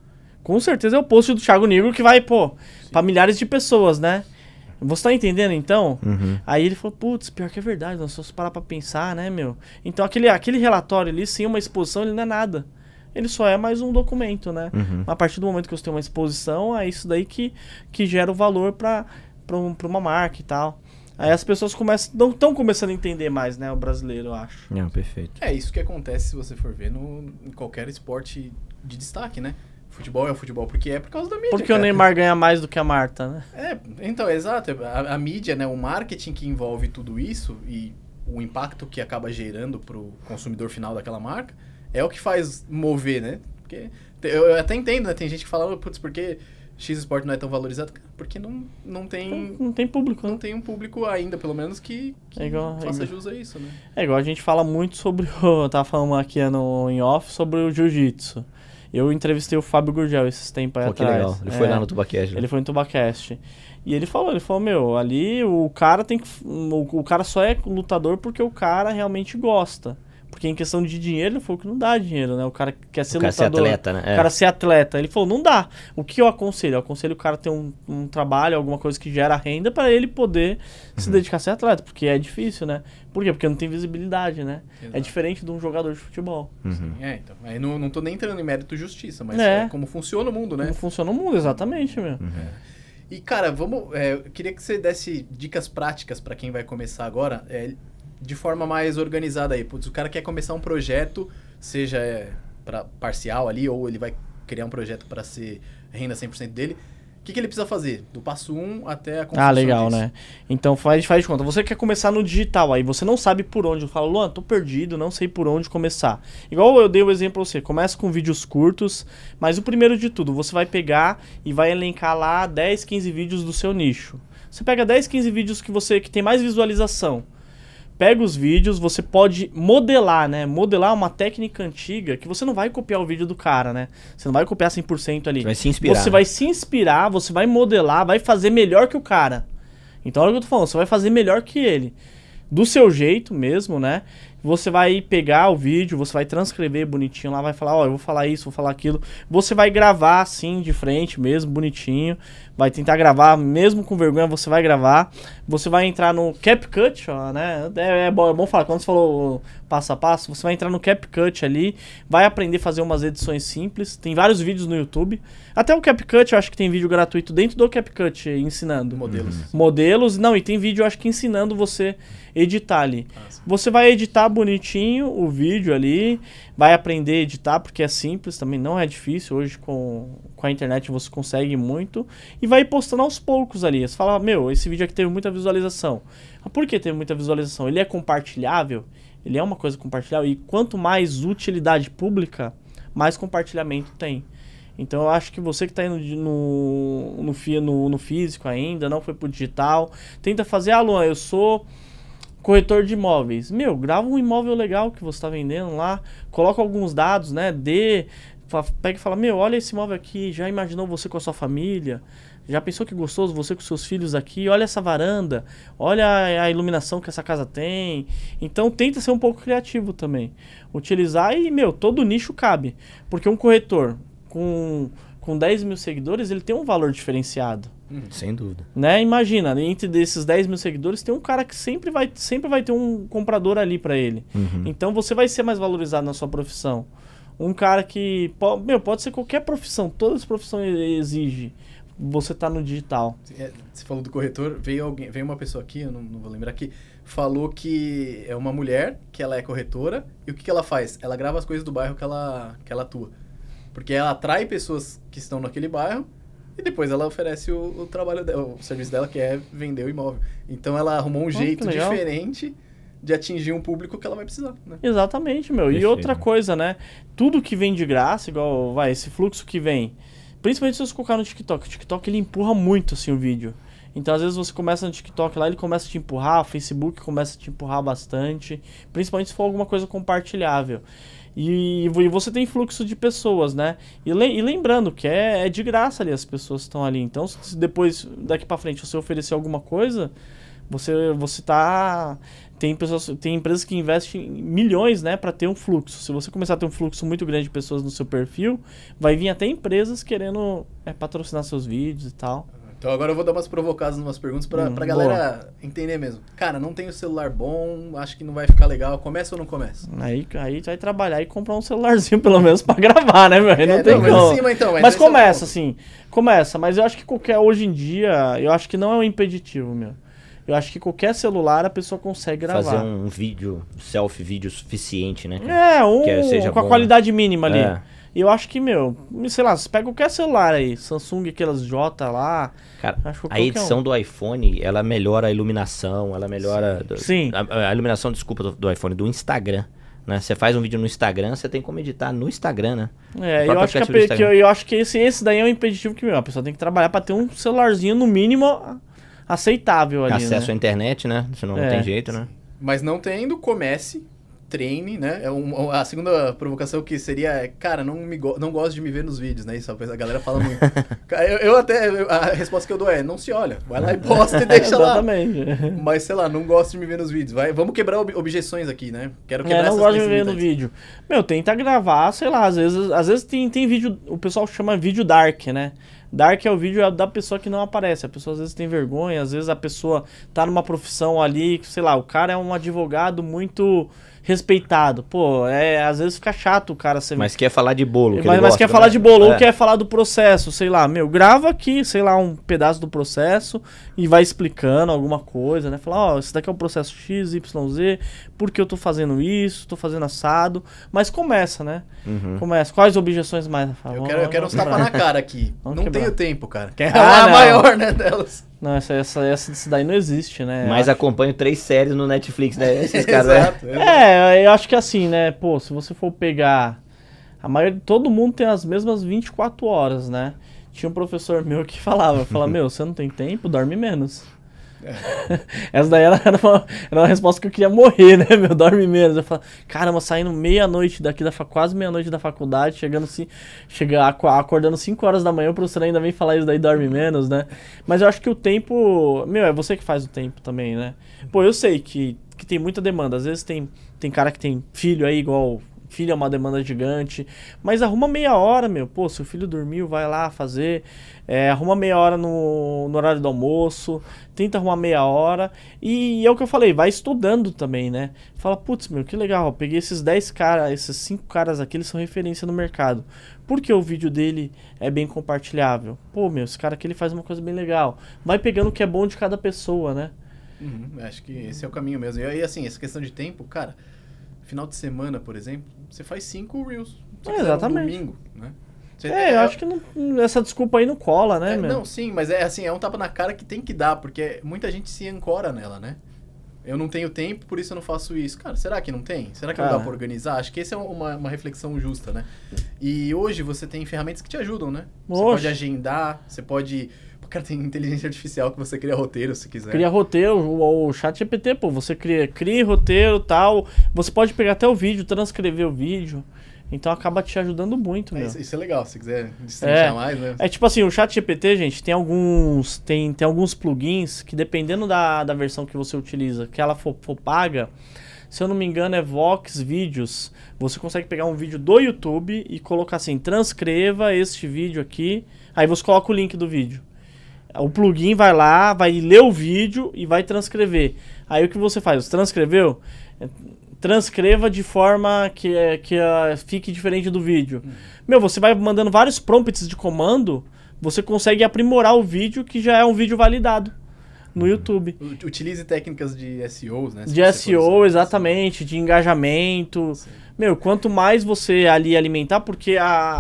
Com certeza é o post do Thiago Nigro que vai, pra milhares de pessoas, né? Você tá entendendo, então? Uhum. Aí ele falou, putz, pior que é verdade, nós vamos parar pra pensar, né, meu? Então aquele relatório ali, sem uma exposição, ele não é nada. Ele só é mais um documento, né? Uhum. A partir do momento que você tem uma exposição, é isso daí que gera o valor pra uma marca e tal. Aí as pessoas não estão começando a entender mais, né, o brasileiro, eu acho. Não, perfeito. É isso que acontece se você for ver em qualquer esporte de destaque, né? Futebol é o futebol, porque é por causa da mídia. Porque cara. o Neymar ganha mais do que a Marta, né? Então, exato. A mídia, né? O marketing que envolve tudo isso e o impacto que acaba gerando pro consumidor final daquela marca é o que faz mover, né? Porque eu até entendo, né? Tem gente que fala, putz, por que X Sport não é tão valorizado? Porque não tem... Não tem público, né? Não tem um público ainda, pelo menos, que faça jus a isso, né? É igual a gente fala muito sobre eu tava falando aqui em off sobre o jiu-jitsu. Eu entrevistei o Fábio Gurgel esses tempos aí atrás. Que legal. Ele foi lá no Tubacast. Ele foi no Tubacast. E ele falou, meu, ali o cara tem que... O cara só é lutador porque o cara realmente gosta. Porque em questão de dinheiro, ele falou que não dá dinheiro, né? O cara quer ser lutador. Ser atleta, né? O cara ser atleta. Ele falou, não dá. O que eu aconselho? Eu aconselho o cara ter um trabalho, alguma coisa que gera renda para ele poder se dedicar a ser atleta. Porque é difícil, né? Por quê? Porque não tem visibilidade, né? Exato. É diferente de um jogador de futebol. Sim, então. Aí não tô nem entrando em mérito justiça, mas é como funciona o mundo, né? Como funciona o mundo, exatamente, meu. E, cara, eu queria que você desse dicas práticas para quem vai começar agora, de forma mais organizada aí. Putz, o cara quer começar um projeto, seja para parcial ali, ou ele vai criar um projeto para ser renda 100% dele. O que ele precisa fazer? Do passo 1 até a construção legal, disso. né? Então faz de conta. Você quer começar no digital aí, você não sabe por onde. Eu falo, Luan, tô perdido, não sei por onde começar. Igual eu dei o exemplo pra você, começa com vídeos curtos, mas o primeiro de tudo, você vai pegar e vai elencar lá 10, 15 vídeos do seu nicho. Você pega 10, 15 vídeos que tem mais visualização. Pega os vídeos, você pode modelar, né? Modelar é uma técnica antiga que você não vai copiar o vídeo do cara, né? Você não vai copiar 100% ali. Você vai se inspirar. Você vai se inspirar, você vai modelar, vai fazer melhor que o cara. Então, olha o que eu tô falando, você vai fazer melhor que ele. Do seu jeito mesmo, né? Você vai pegar o vídeo, você vai transcrever bonitinho lá, vai falar, eu vou falar isso, vou falar aquilo. Você vai gravar assim, de frente mesmo, bonitinho. Vai tentar gravar, mesmo com vergonha, você vai gravar. Você vai entrar no CapCut, ó, né? É bom falar, quando você falou passo a passo, você vai entrar no CapCut ali, vai aprender a fazer umas edições simples. Tem vários vídeos no YouTube. Até o CapCut, eu acho que tem vídeo gratuito dentro do CapCut ensinando. Modelos. Não, e tem vídeo, eu acho que ensinando você editar ali. Você vai editar bonitinho o vídeo ali, vai aprender a editar, porque é simples também, não é difícil. Hoje com a internet você consegue muito. E vai postando aos poucos ali. Você fala, esse vídeo aqui teve muita visualização. Por que teve muita visualização? Ele é compartilhável? Ele é uma coisa compartilhável. E quanto mais utilidade pública, mais compartilhamento tem. Então eu acho que você que está indo no físico ainda, não foi pro digital, tenta fazer, Luan, eu sou corretor de imóveis. Meu, grava um imóvel legal que você está vendendo lá, coloca alguns dados, né? Pega e fala, meu, olha esse imóvel aqui, já imaginou você com a sua família? Já pensou que gostoso você com seus filhos aqui? Olha essa varanda, olha a iluminação que essa casa tem. Então tenta ser um pouco criativo também. Utilizar e, meu, todo nicho cabe. Porque um corretor com 10 mil seguidores, ele tem um valor diferenciado. Sem dúvida. Né? Imagina, entre desses 10 mil seguidores, tem um cara que sempre vai ter um comprador ali para ele. Então você vai ser mais valorizado na sua profissão. Um cara que, pode ser qualquer profissão, todas as profissões exigem você tá no digital. Você falou do corretor, veio uma pessoa aqui, eu não vou lembrar aqui, falou que é uma mulher, que ela é corretora, e o que ela faz? Ela grava as coisas do bairro que ela atua. Porque ela atrai pessoas que estão naquele bairro e depois ela oferece o trabalho dela, o serviço dela, que é vender o imóvel. Então ela arrumou um jeito diferente de atingir um público que ela vai precisar, né? Exatamente, meu. Perfeito. E outra coisa, né? Tudo que vem de graça, igual, esse fluxo que vem, principalmente se você colocar no TikTok. O TikTok, ele empurra muito, assim, o vídeo. Então, às vezes, você começa no TikTok lá, ele começa a te empurrar, o Facebook começa a te empurrar bastante, principalmente se for alguma coisa compartilhável. E você tem fluxo de pessoas, né? E lembrando que é de graça ali, as pessoas estão ali. Então, se depois, daqui pra frente, você oferecer alguma coisa, você tá... Tem empresas que investem milhões, né, para ter um fluxo. Se você começar a ter um fluxo muito grande de pessoas no seu perfil, vai vir até empresas querendo patrocinar seus vídeos e tal. Então agora eu vou dar umas provocadas, umas perguntas pra galera entender mesmo. Cara, não tenho celular bom, acho que não vai ficar legal. Começa ou não começa? Aí tu vai trabalhar e comprar um celularzinho pelo menos pra gravar, né, meu? Não tem como. Mas começa, assim. Começa, mas eu acho que hoje em dia, eu acho que não é um impeditivo, meu. Eu acho que qualquer celular a pessoa consegue gravar. Fazer um vídeo, selfie-vídeo suficiente, né? Com a qualidade mínima ali. E eu acho que, meu, sei lá, você pega qualquer celular aí, Samsung, aquelas J lá... Cara, a edição do iPhone, ela melhora a iluminação, ela melhora... Sim. A iluminação, desculpa, do iPhone, do Instagram, né? Você faz um vídeo no Instagram, você tem como editar no Instagram, né? Eu acho que esse daí é um impeditivo que, meu, a pessoa tem que trabalhar pra ter um celularzinho, no mínimo, aceitável ali, acesso à internet, né? Senão não tem jeito, né? Mas não tendo, comece... treine, né? A segunda provocação que seria, cara, não gosto de me ver nos vídeos, né? Isso a galera fala muito. A resposta que eu dou é, não se olha. Vai lá e posta e deixa lá. Exatamente. Mas, sei lá, não gosto de me ver nos vídeos. Vamos quebrar objeções aqui, né? Quero quebrar essas não gosto de me ver no vídeo. Meu, tenta gravar, sei lá, às vezes tem vídeo, o pessoal chama vídeo dark, né? Dark é o vídeo da pessoa que não aparece. A pessoa às vezes tem vergonha, às vezes a pessoa tá numa profissão ali, sei lá, o cara é um advogado muito... respeitado. Pô, às vezes fica chato o cara... Mas quer falar de bolo. Mas quer falar de bolo, ou quer falar do processo, sei lá. Meu, grava aqui, sei lá, um pedaço do processo e vai explicando alguma coisa, né? Fala, esse daqui é o processo X, Y, Z, por que eu tô fazendo isso, tô fazendo assado. Mas começa, né? Começa. Quais objeções mais? Eu quero uns tapas na cara aqui. Não tenho tempo, cara. Quer a maior, né, delas. Não, essa daí não existe, né? Mas acompanho 3 séries no Netflix, né? Esses caras, Exato. Eu acho que assim, né? Pô, se você for pegar... todo mundo tem as mesmas 24 horas, né? Tinha um professor meu que falava, meu, você não tem tempo, dorme menos. Essa daí era uma resposta que eu queria morrer, né, meu? Dorme menos. Eu falava, caramba, saindo meia-noite daqui, quase meia-noite da faculdade, acordando 5 horas da manhã, o professor ainda vem falar isso daí, dorme menos, né? Mas eu acho que o tempo, meu, é você que faz o tempo também, né? Pô, eu sei que tem muita demanda, às vezes tem cara que tem filho aí, igual... Filho é uma demanda gigante, mas arruma meia hora, meu. Pô, se o filho dormiu, vai lá fazer. Arruma meia hora no horário do almoço. Tenta arrumar meia hora. E é o que eu falei, vai estudando também, né? Fala, putz, meu, que legal. Peguei esses 10 caras, esses 5 caras aqui, eles são referência no mercado. Porque o vídeo dele é bem compartilhável. Pô, meu, esse cara aqui ele faz uma coisa bem legal. Vai pegando o que é bom de cada pessoa, né? Acho que esse é o caminho mesmo. E assim, essa questão de tempo, cara... Final de semana, por exemplo, você faz 5 Reels. Exatamente. No domingo, né? Eu acho que essa desculpa aí não cola, né, meu? Não, sim, mas é um tapa na cara que tem que dar, porque muita gente se ancora nela, né? eu não tenho tempo, por isso eu não faço isso. Cara, será que não tem? Será que não dá pra organizar? Acho que essa é uma reflexão justa, né? E hoje você tem ferramentas que te ajudam, né? Você pode agendar, você pode... Cara, tem inteligência artificial que você cria roteiro, se quiser. Cria roteiro, o ChatGPT, pô, você cria roteiro e tal. Você pode pegar até o vídeo, transcrever o vídeo. Então acaba te ajudando muito, meu. Isso é legal, se quiser destrinchar mais, né? É tipo assim, o ChatGPT, gente, tem alguns plugins que dependendo da versão que você utiliza, que ela for paga, se eu não me engano é Vox Vídeos. Você consegue pegar um vídeo do YouTube e colocar assim, transcreva este vídeo aqui. Aí você coloca o link do vídeo. O plugin vai lá, vai ler o vídeo e vai transcrever. Aí o que você faz? Você transcreveu? Transcreva de forma que fique diferente do vídeo. Meu, você vai mandando vários prompts de comando, você consegue aprimorar o vídeo que já é um vídeo validado no YouTube. Utilize técnicas de SEO, né? De SEO, exatamente, de engajamento. Sim. Meu, quanto mais você ali alimentar, porque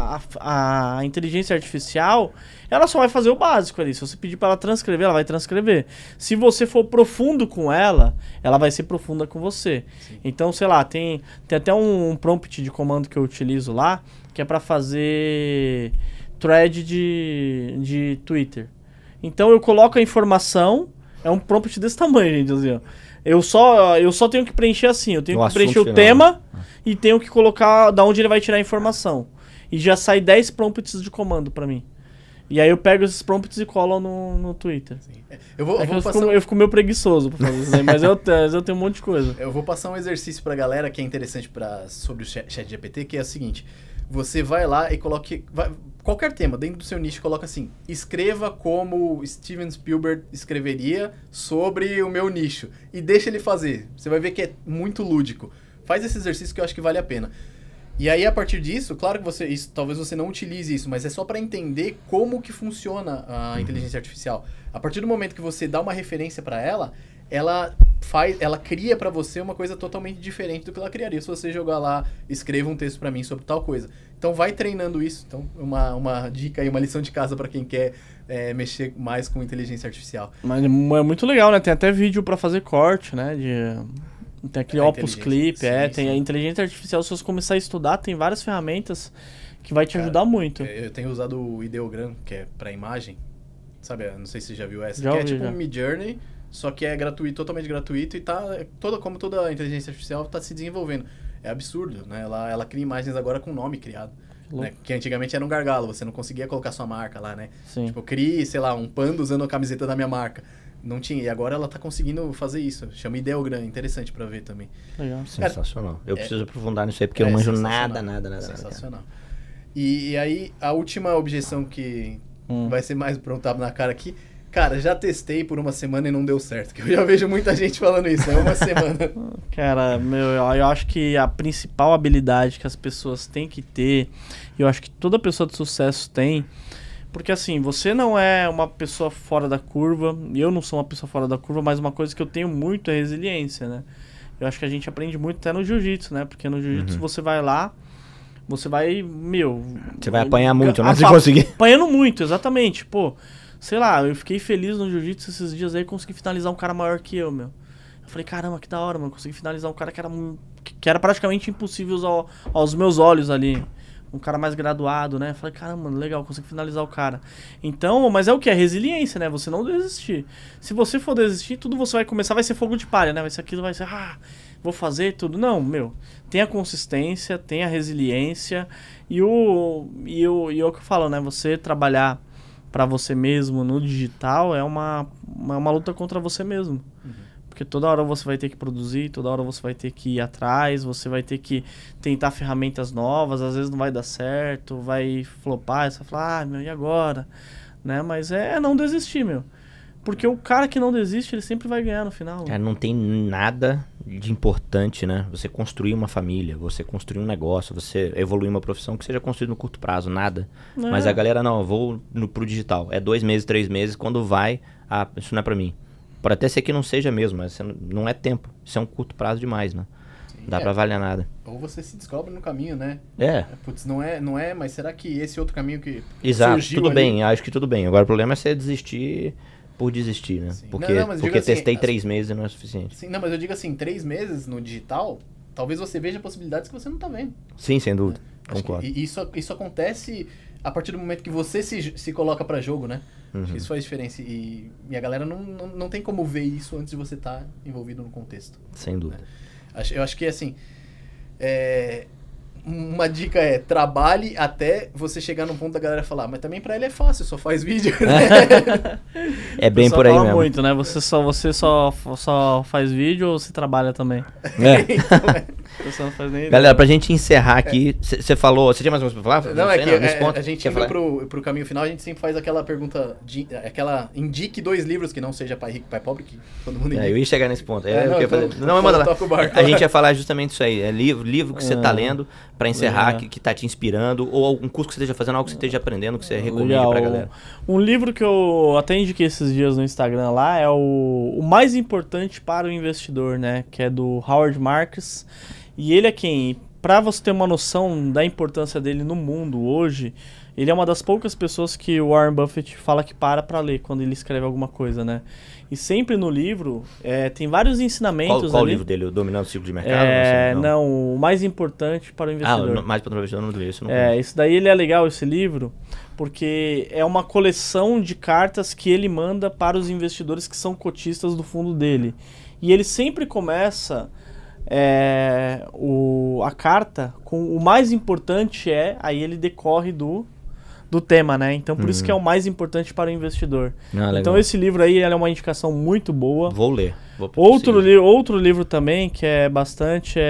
a inteligência artificial, ela só vai fazer o básico ali. Se você pedir para ela transcrever, ela vai transcrever. Se você for profundo com ela, ela vai ser profunda com você. Sim. Então, sei lá, tem até um prompt de comando que eu utilizo lá, que é para fazer thread de Twitter. Então, eu coloco a informação, é um prompt desse tamanho, gente, assim, ó. Eu só tenho que preencher assim, eu tenho que preencher o tema e tenho que colocar da onde ele vai tirar a informação. E já sai 10 prompts de comando pra mim. E aí eu pego esses prompts e colo no Twitter. Sim. Eu fico meio preguiçoso pra fazer isso aí, mas eu tenho um monte de coisa. Eu vou passar um exercício pra galera que é interessante sobre o ChatGPT, que é o seguinte: você vai lá e coloque... qualquer tema dentro do seu nicho, coloca assim: escreva como Steven Spielberg escreveria sobre o meu nicho. E deixa ele fazer. Você vai ver que é muito lúdico. Faz esse exercício que eu acho que vale a pena. E aí, a partir disso, claro que talvez você não utilize isso, mas é só para entender como que funciona a inteligência artificial. A partir do momento que você dá uma referência para ela cria para você uma coisa totalmente diferente do que ela criaria se você jogar lá, escreva um texto para mim sobre tal coisa. Então vai treinando isso. Então uma dica aí, uma lição de casa para quem quer mexer mais com inteligência artificial. Mas é muito legal, né? Tem até vídeo para fazer corte, né? Tem aquele Opus Clip, tem a inteligência artificial. Se você começar a estudar, tem várias ferramentas que vai te ajudar muito. Eu tenho usado o Ideogram, que é para imagem. Sabe, não sei se você já viu essa. É tipo um Midjourney, só que é gratuito, totalmente gratuito, e como toda a inteligência artificial está se desenvolvendo. É absurdo, né? Ela cria imagens agora com nome criado. Né? Que antigamente era um gargalo, você não conseguia colocar sua marca lá, né? Sim. Tipo, eu criei, sei lá, um panda usando a camiseta da minha marca. Não tinha, e agora ela tá conseguindo fazer isso. Chama Ideogram, interessante pra ver também. Legal. Sensacional. Eu preciso aprofundar nisso aí, porque eu não manjo nada. Sensacional. E aí, a última objeção que vai ser mais pronto na cara aqui. Cara, já testei por uma semana e não deu certo. Que eu já vejo muita gente falando isso, uma semana. Cara, eu acho que a principal habilidade que as pessoas têm que ter, e eu acho que toda pessoa de sucesso tem, porque assim, você não é uma pessoa fora da curva, eu não sou uma pessoa fora da curva, mas uma coisa que eu tenho muito é resiliência, né? Eu acho que a gente aprende muito até no jiu-jitsu, né? Porque no jiu-jitsu você vai lá, você vai, você vai apanhar muito, né? Se conseguir. Apanhando muito, exatamente, pô. Sei lá, eu fiquei feliz no jiu-jitsu esses dias aí, consegui finalizar um cara maior que eu, meu. Eu falei, caramba, que da hora, mano. Consegui finalizar um cara que era praticamente impossível aos meus olhos ali. Um cara mais graduado, né? Eu falei, caramba, mano, legal, consegui finalizar o cara. Então, mas é o que? É resiliência, né? Você não desistir. Se você for desistir, tudo você vai começar, vai ser fogo de palha, né? Vai ser aquilo, vai ser, vou fazer tudo. Não, meu. Tem a consistência, tem a resiliência. E o que eu falo, né? Você trabalhar para você mesmo no digital é uma luta contra você mesmo. Porque toda hora você vai ter que produzir, toda hora você vai ter que ir atrás, você vai ter que tentar ferramentas novas, às vezes não vai dar certo, vai flopar, você vai falar, meu, e agora? Né? Mas é não desistir, meu. Porque o cara que não desiste, ele sempre vai ganhar no final. Não tem nada de importante, né? Você construir uma família, você construir um negócio, você evoluir uma profissão que seja construída no curto prazo, nada. Mas a galera, não, eu vou pro digital. É 2 meses, 3 meses, quando vai, isso não é pra mim. Pode até ser que não seja mesmo, mas não é tempo. Isso é um curto prazo demais, né? Sim, dá pra valer nada. Ou você se descobre no caminho, né? Putz, não é, mas será que esse outro caminho que Exato, surgiu tudo ali... bem, acho que tudo bem. Agora o problema é você desistir por desistir, né? Sim. Porque, Não, mas porque digo assim, testei 3 meses e não é suficiente. Sim, não, mas eu digo assim, 3 meses no digital, talvez você veja possibilidades que você não tá vendo. Sim, sem dúvida. Acho Concordo. que isso acontece a partir do momento que você se coloca pra jogo, né? Acho que isso faz diferença. E a galera não tem como ver isso antes de você estar envolvido no contexto. Sem dúvida. Eu acho que, assim, uma dica é, trabalhe até você chegar num ponto da galera falar, mas também pra ele é fácil, só faz vídeo, né? É bem Você por aí fala mesmo. muito, né? Você só faz vídeo ou você trabalha também? Você não faz nem ideia. Galera, pra gente encerrar aqui, você falou... Você tinha mais uma coisa pra falar? Não, é sei, que nesse ponto. a gente Quer indo falar? pro caminho final, a gente sempre faz aquela pergunta, aquela indique 2 livros que não seja Pai Rico, Pai Pobre, que todo mundo indica. Eu ia chegar nesse ponto. Não, Eu queria fazer. então, Não, mas manda lá. toca o barco. A gente ia falar justamente isso aí. É livro que você tá lendo pra encerrar, que tá te inspirando, ou um curso que você esteja fazendo, algo que você esteja aprendendo, que você recomende Legal. pra galera. Um livro que eu até indiquei esses dias no Instagram lá é o Mais Importante para o Investidor, né? Que é do Howard Marks. E ele é quem? Pra você ter uma noção da importância dele no mundo hoje, ele é uma das poucas pessoas que o Warren Buffett fala que para ler quando ele escreve alguma coisa, né? E sempre no livro tem vários ensinamentos Qual o ali. livro dele? O Dominando o Ciclo de Mercado? Não, o Mais Importante para o Investidor. Mais para o investidor, não li isso. Não conheço. Isso daí ele é legal, esse livro, porque é uma coleção de cartas que ele manda para os investidores que são cotistas do fundo dele. E ele sempre começa a carta com o mais importante aí ele decorre do tema, né? Então por isso que é o mais importante para o investidor. Então esse livro aí ele é uma indicação muito boa. Vou ler. Outro livro também que é bastante...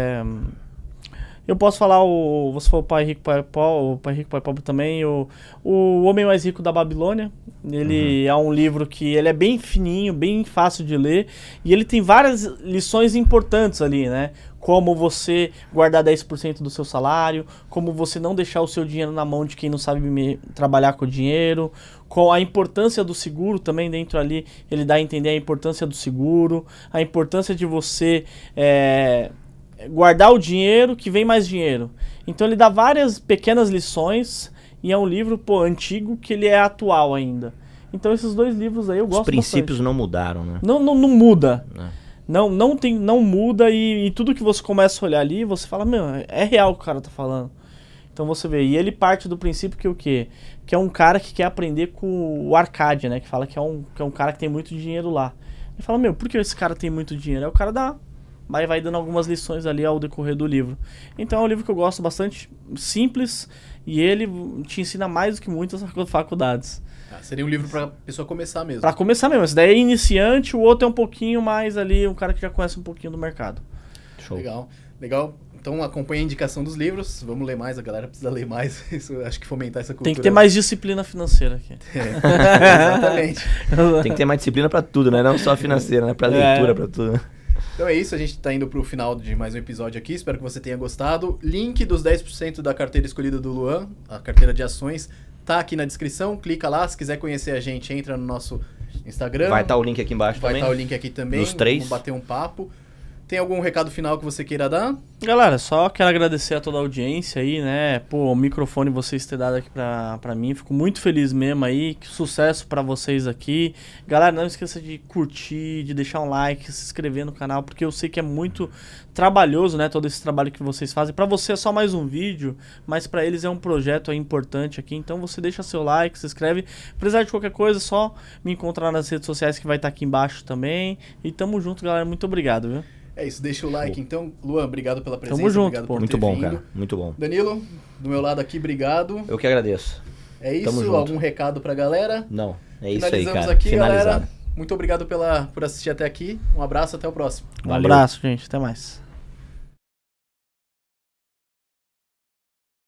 Eu posso falar você falou Pai Rico, Pai Pobre também, o Homem Mais Rico da Babilônia. Ele é um livro que ele é bem fininho, bem fácil de ler, e ele tem várias lições importantes ali, né? Como você guardar 10% do seu salário, como você não deixar o seu dinheiro na mão de quem não sabe trabalhar com o dinheiro, com a importância do seguro também dentro ali, ele dá a entender a importância do seguro, a importância de você... guardar o dinheiro que vem mais dinheiro. Então ele dá várias pequenas lições e é um livro, antigo, que ele é atual ainda. Então esses 2 livros aí eu gosto bastante. Os princípios não mudaram, né? Não muda. Não muda e tudo que você começa a olhar ali, você fala, é real o que o cara tá falando. Então você vê, e ele parte do princípio que o quê? Que é um cara que quer aprender com o Arcade, né? Que fala que é um cara que tem muito dinheiro lá. Ele fala, por que esse cara tem muito dinheiro? Aí o cara vai dando algumas lições ali ao decorrer do livro. Então é um livro que eu gosto bastante, simples, e ele te ensina mais do que muitas faculdades. Seria um livro pra pessoa começar mesmo. Pra começar mesmo. Esse daí é iniciante, o outro é um pouquinho mais ali, um cara que já conhece um pouquinho do mercado. Show. Legal. Então acompanhe a indicação dos livros, vamos ler mais, a galera precisa ler mais, isso, acho que fomentar essa cultura. Tem que ter mais disciplina financeira aqui. Exatamente. Tem que ter mais disciplina pra tudo, né? Não só financeira, né? Pra leitura, pra tudo. Então é isso, a gente tá indo pro final de mais um episódio aqui, espero que você tenha gostado. Link dos 10% da carteira escolhida do Luan, a carteira de ações, tá aqui na descrição, clica lá, se quiser conhecer a gente, entra no nosso Instagram. Vai estar o link aqui embaixo também. Vai estar o link aqui também, Nos 3. Vamos bater um papo. Tem algum recado final que você queira dar? Galera, só quero agradecer a toda a audiência aí, né? O microfone vocês ter dado aqui pra mim. Fico muito feliz mesmo aí. Que sucesso pra vocês aqui. Galera, não esqueça de curtir, de deixar um like, se inscrever no canal, porque eu sei que é muito trabalhoso, né? Todo esse trabalho que vocês fazem. Pra você é só mais um vídeo, mas pra eles é um projeto importante aqui. Então você deixa seu like, se inscreve. Precisar de qualquer coisa, só me encontrar nas redes sociais que vai estar aqui embaixo também. E tamo junto, galera. Muito obrigado, viu? É isso, deixa o like então. Luan, obrigado pela presença. Tamo junto, obrigado por Muito ter bom, vindo. cara. Muito bom. Danilo, do meu lado aqui, obrigado. Eu que agradeço. É isso, Tamo junto. algum recado pra galera? Não, é isso aí, Finalizamos cara. aqui, Finalizado. galera. Muito obrigado por assistir até aqui. Um abraço, até o próximo. Um Valeu. abraço, gente. Até mais.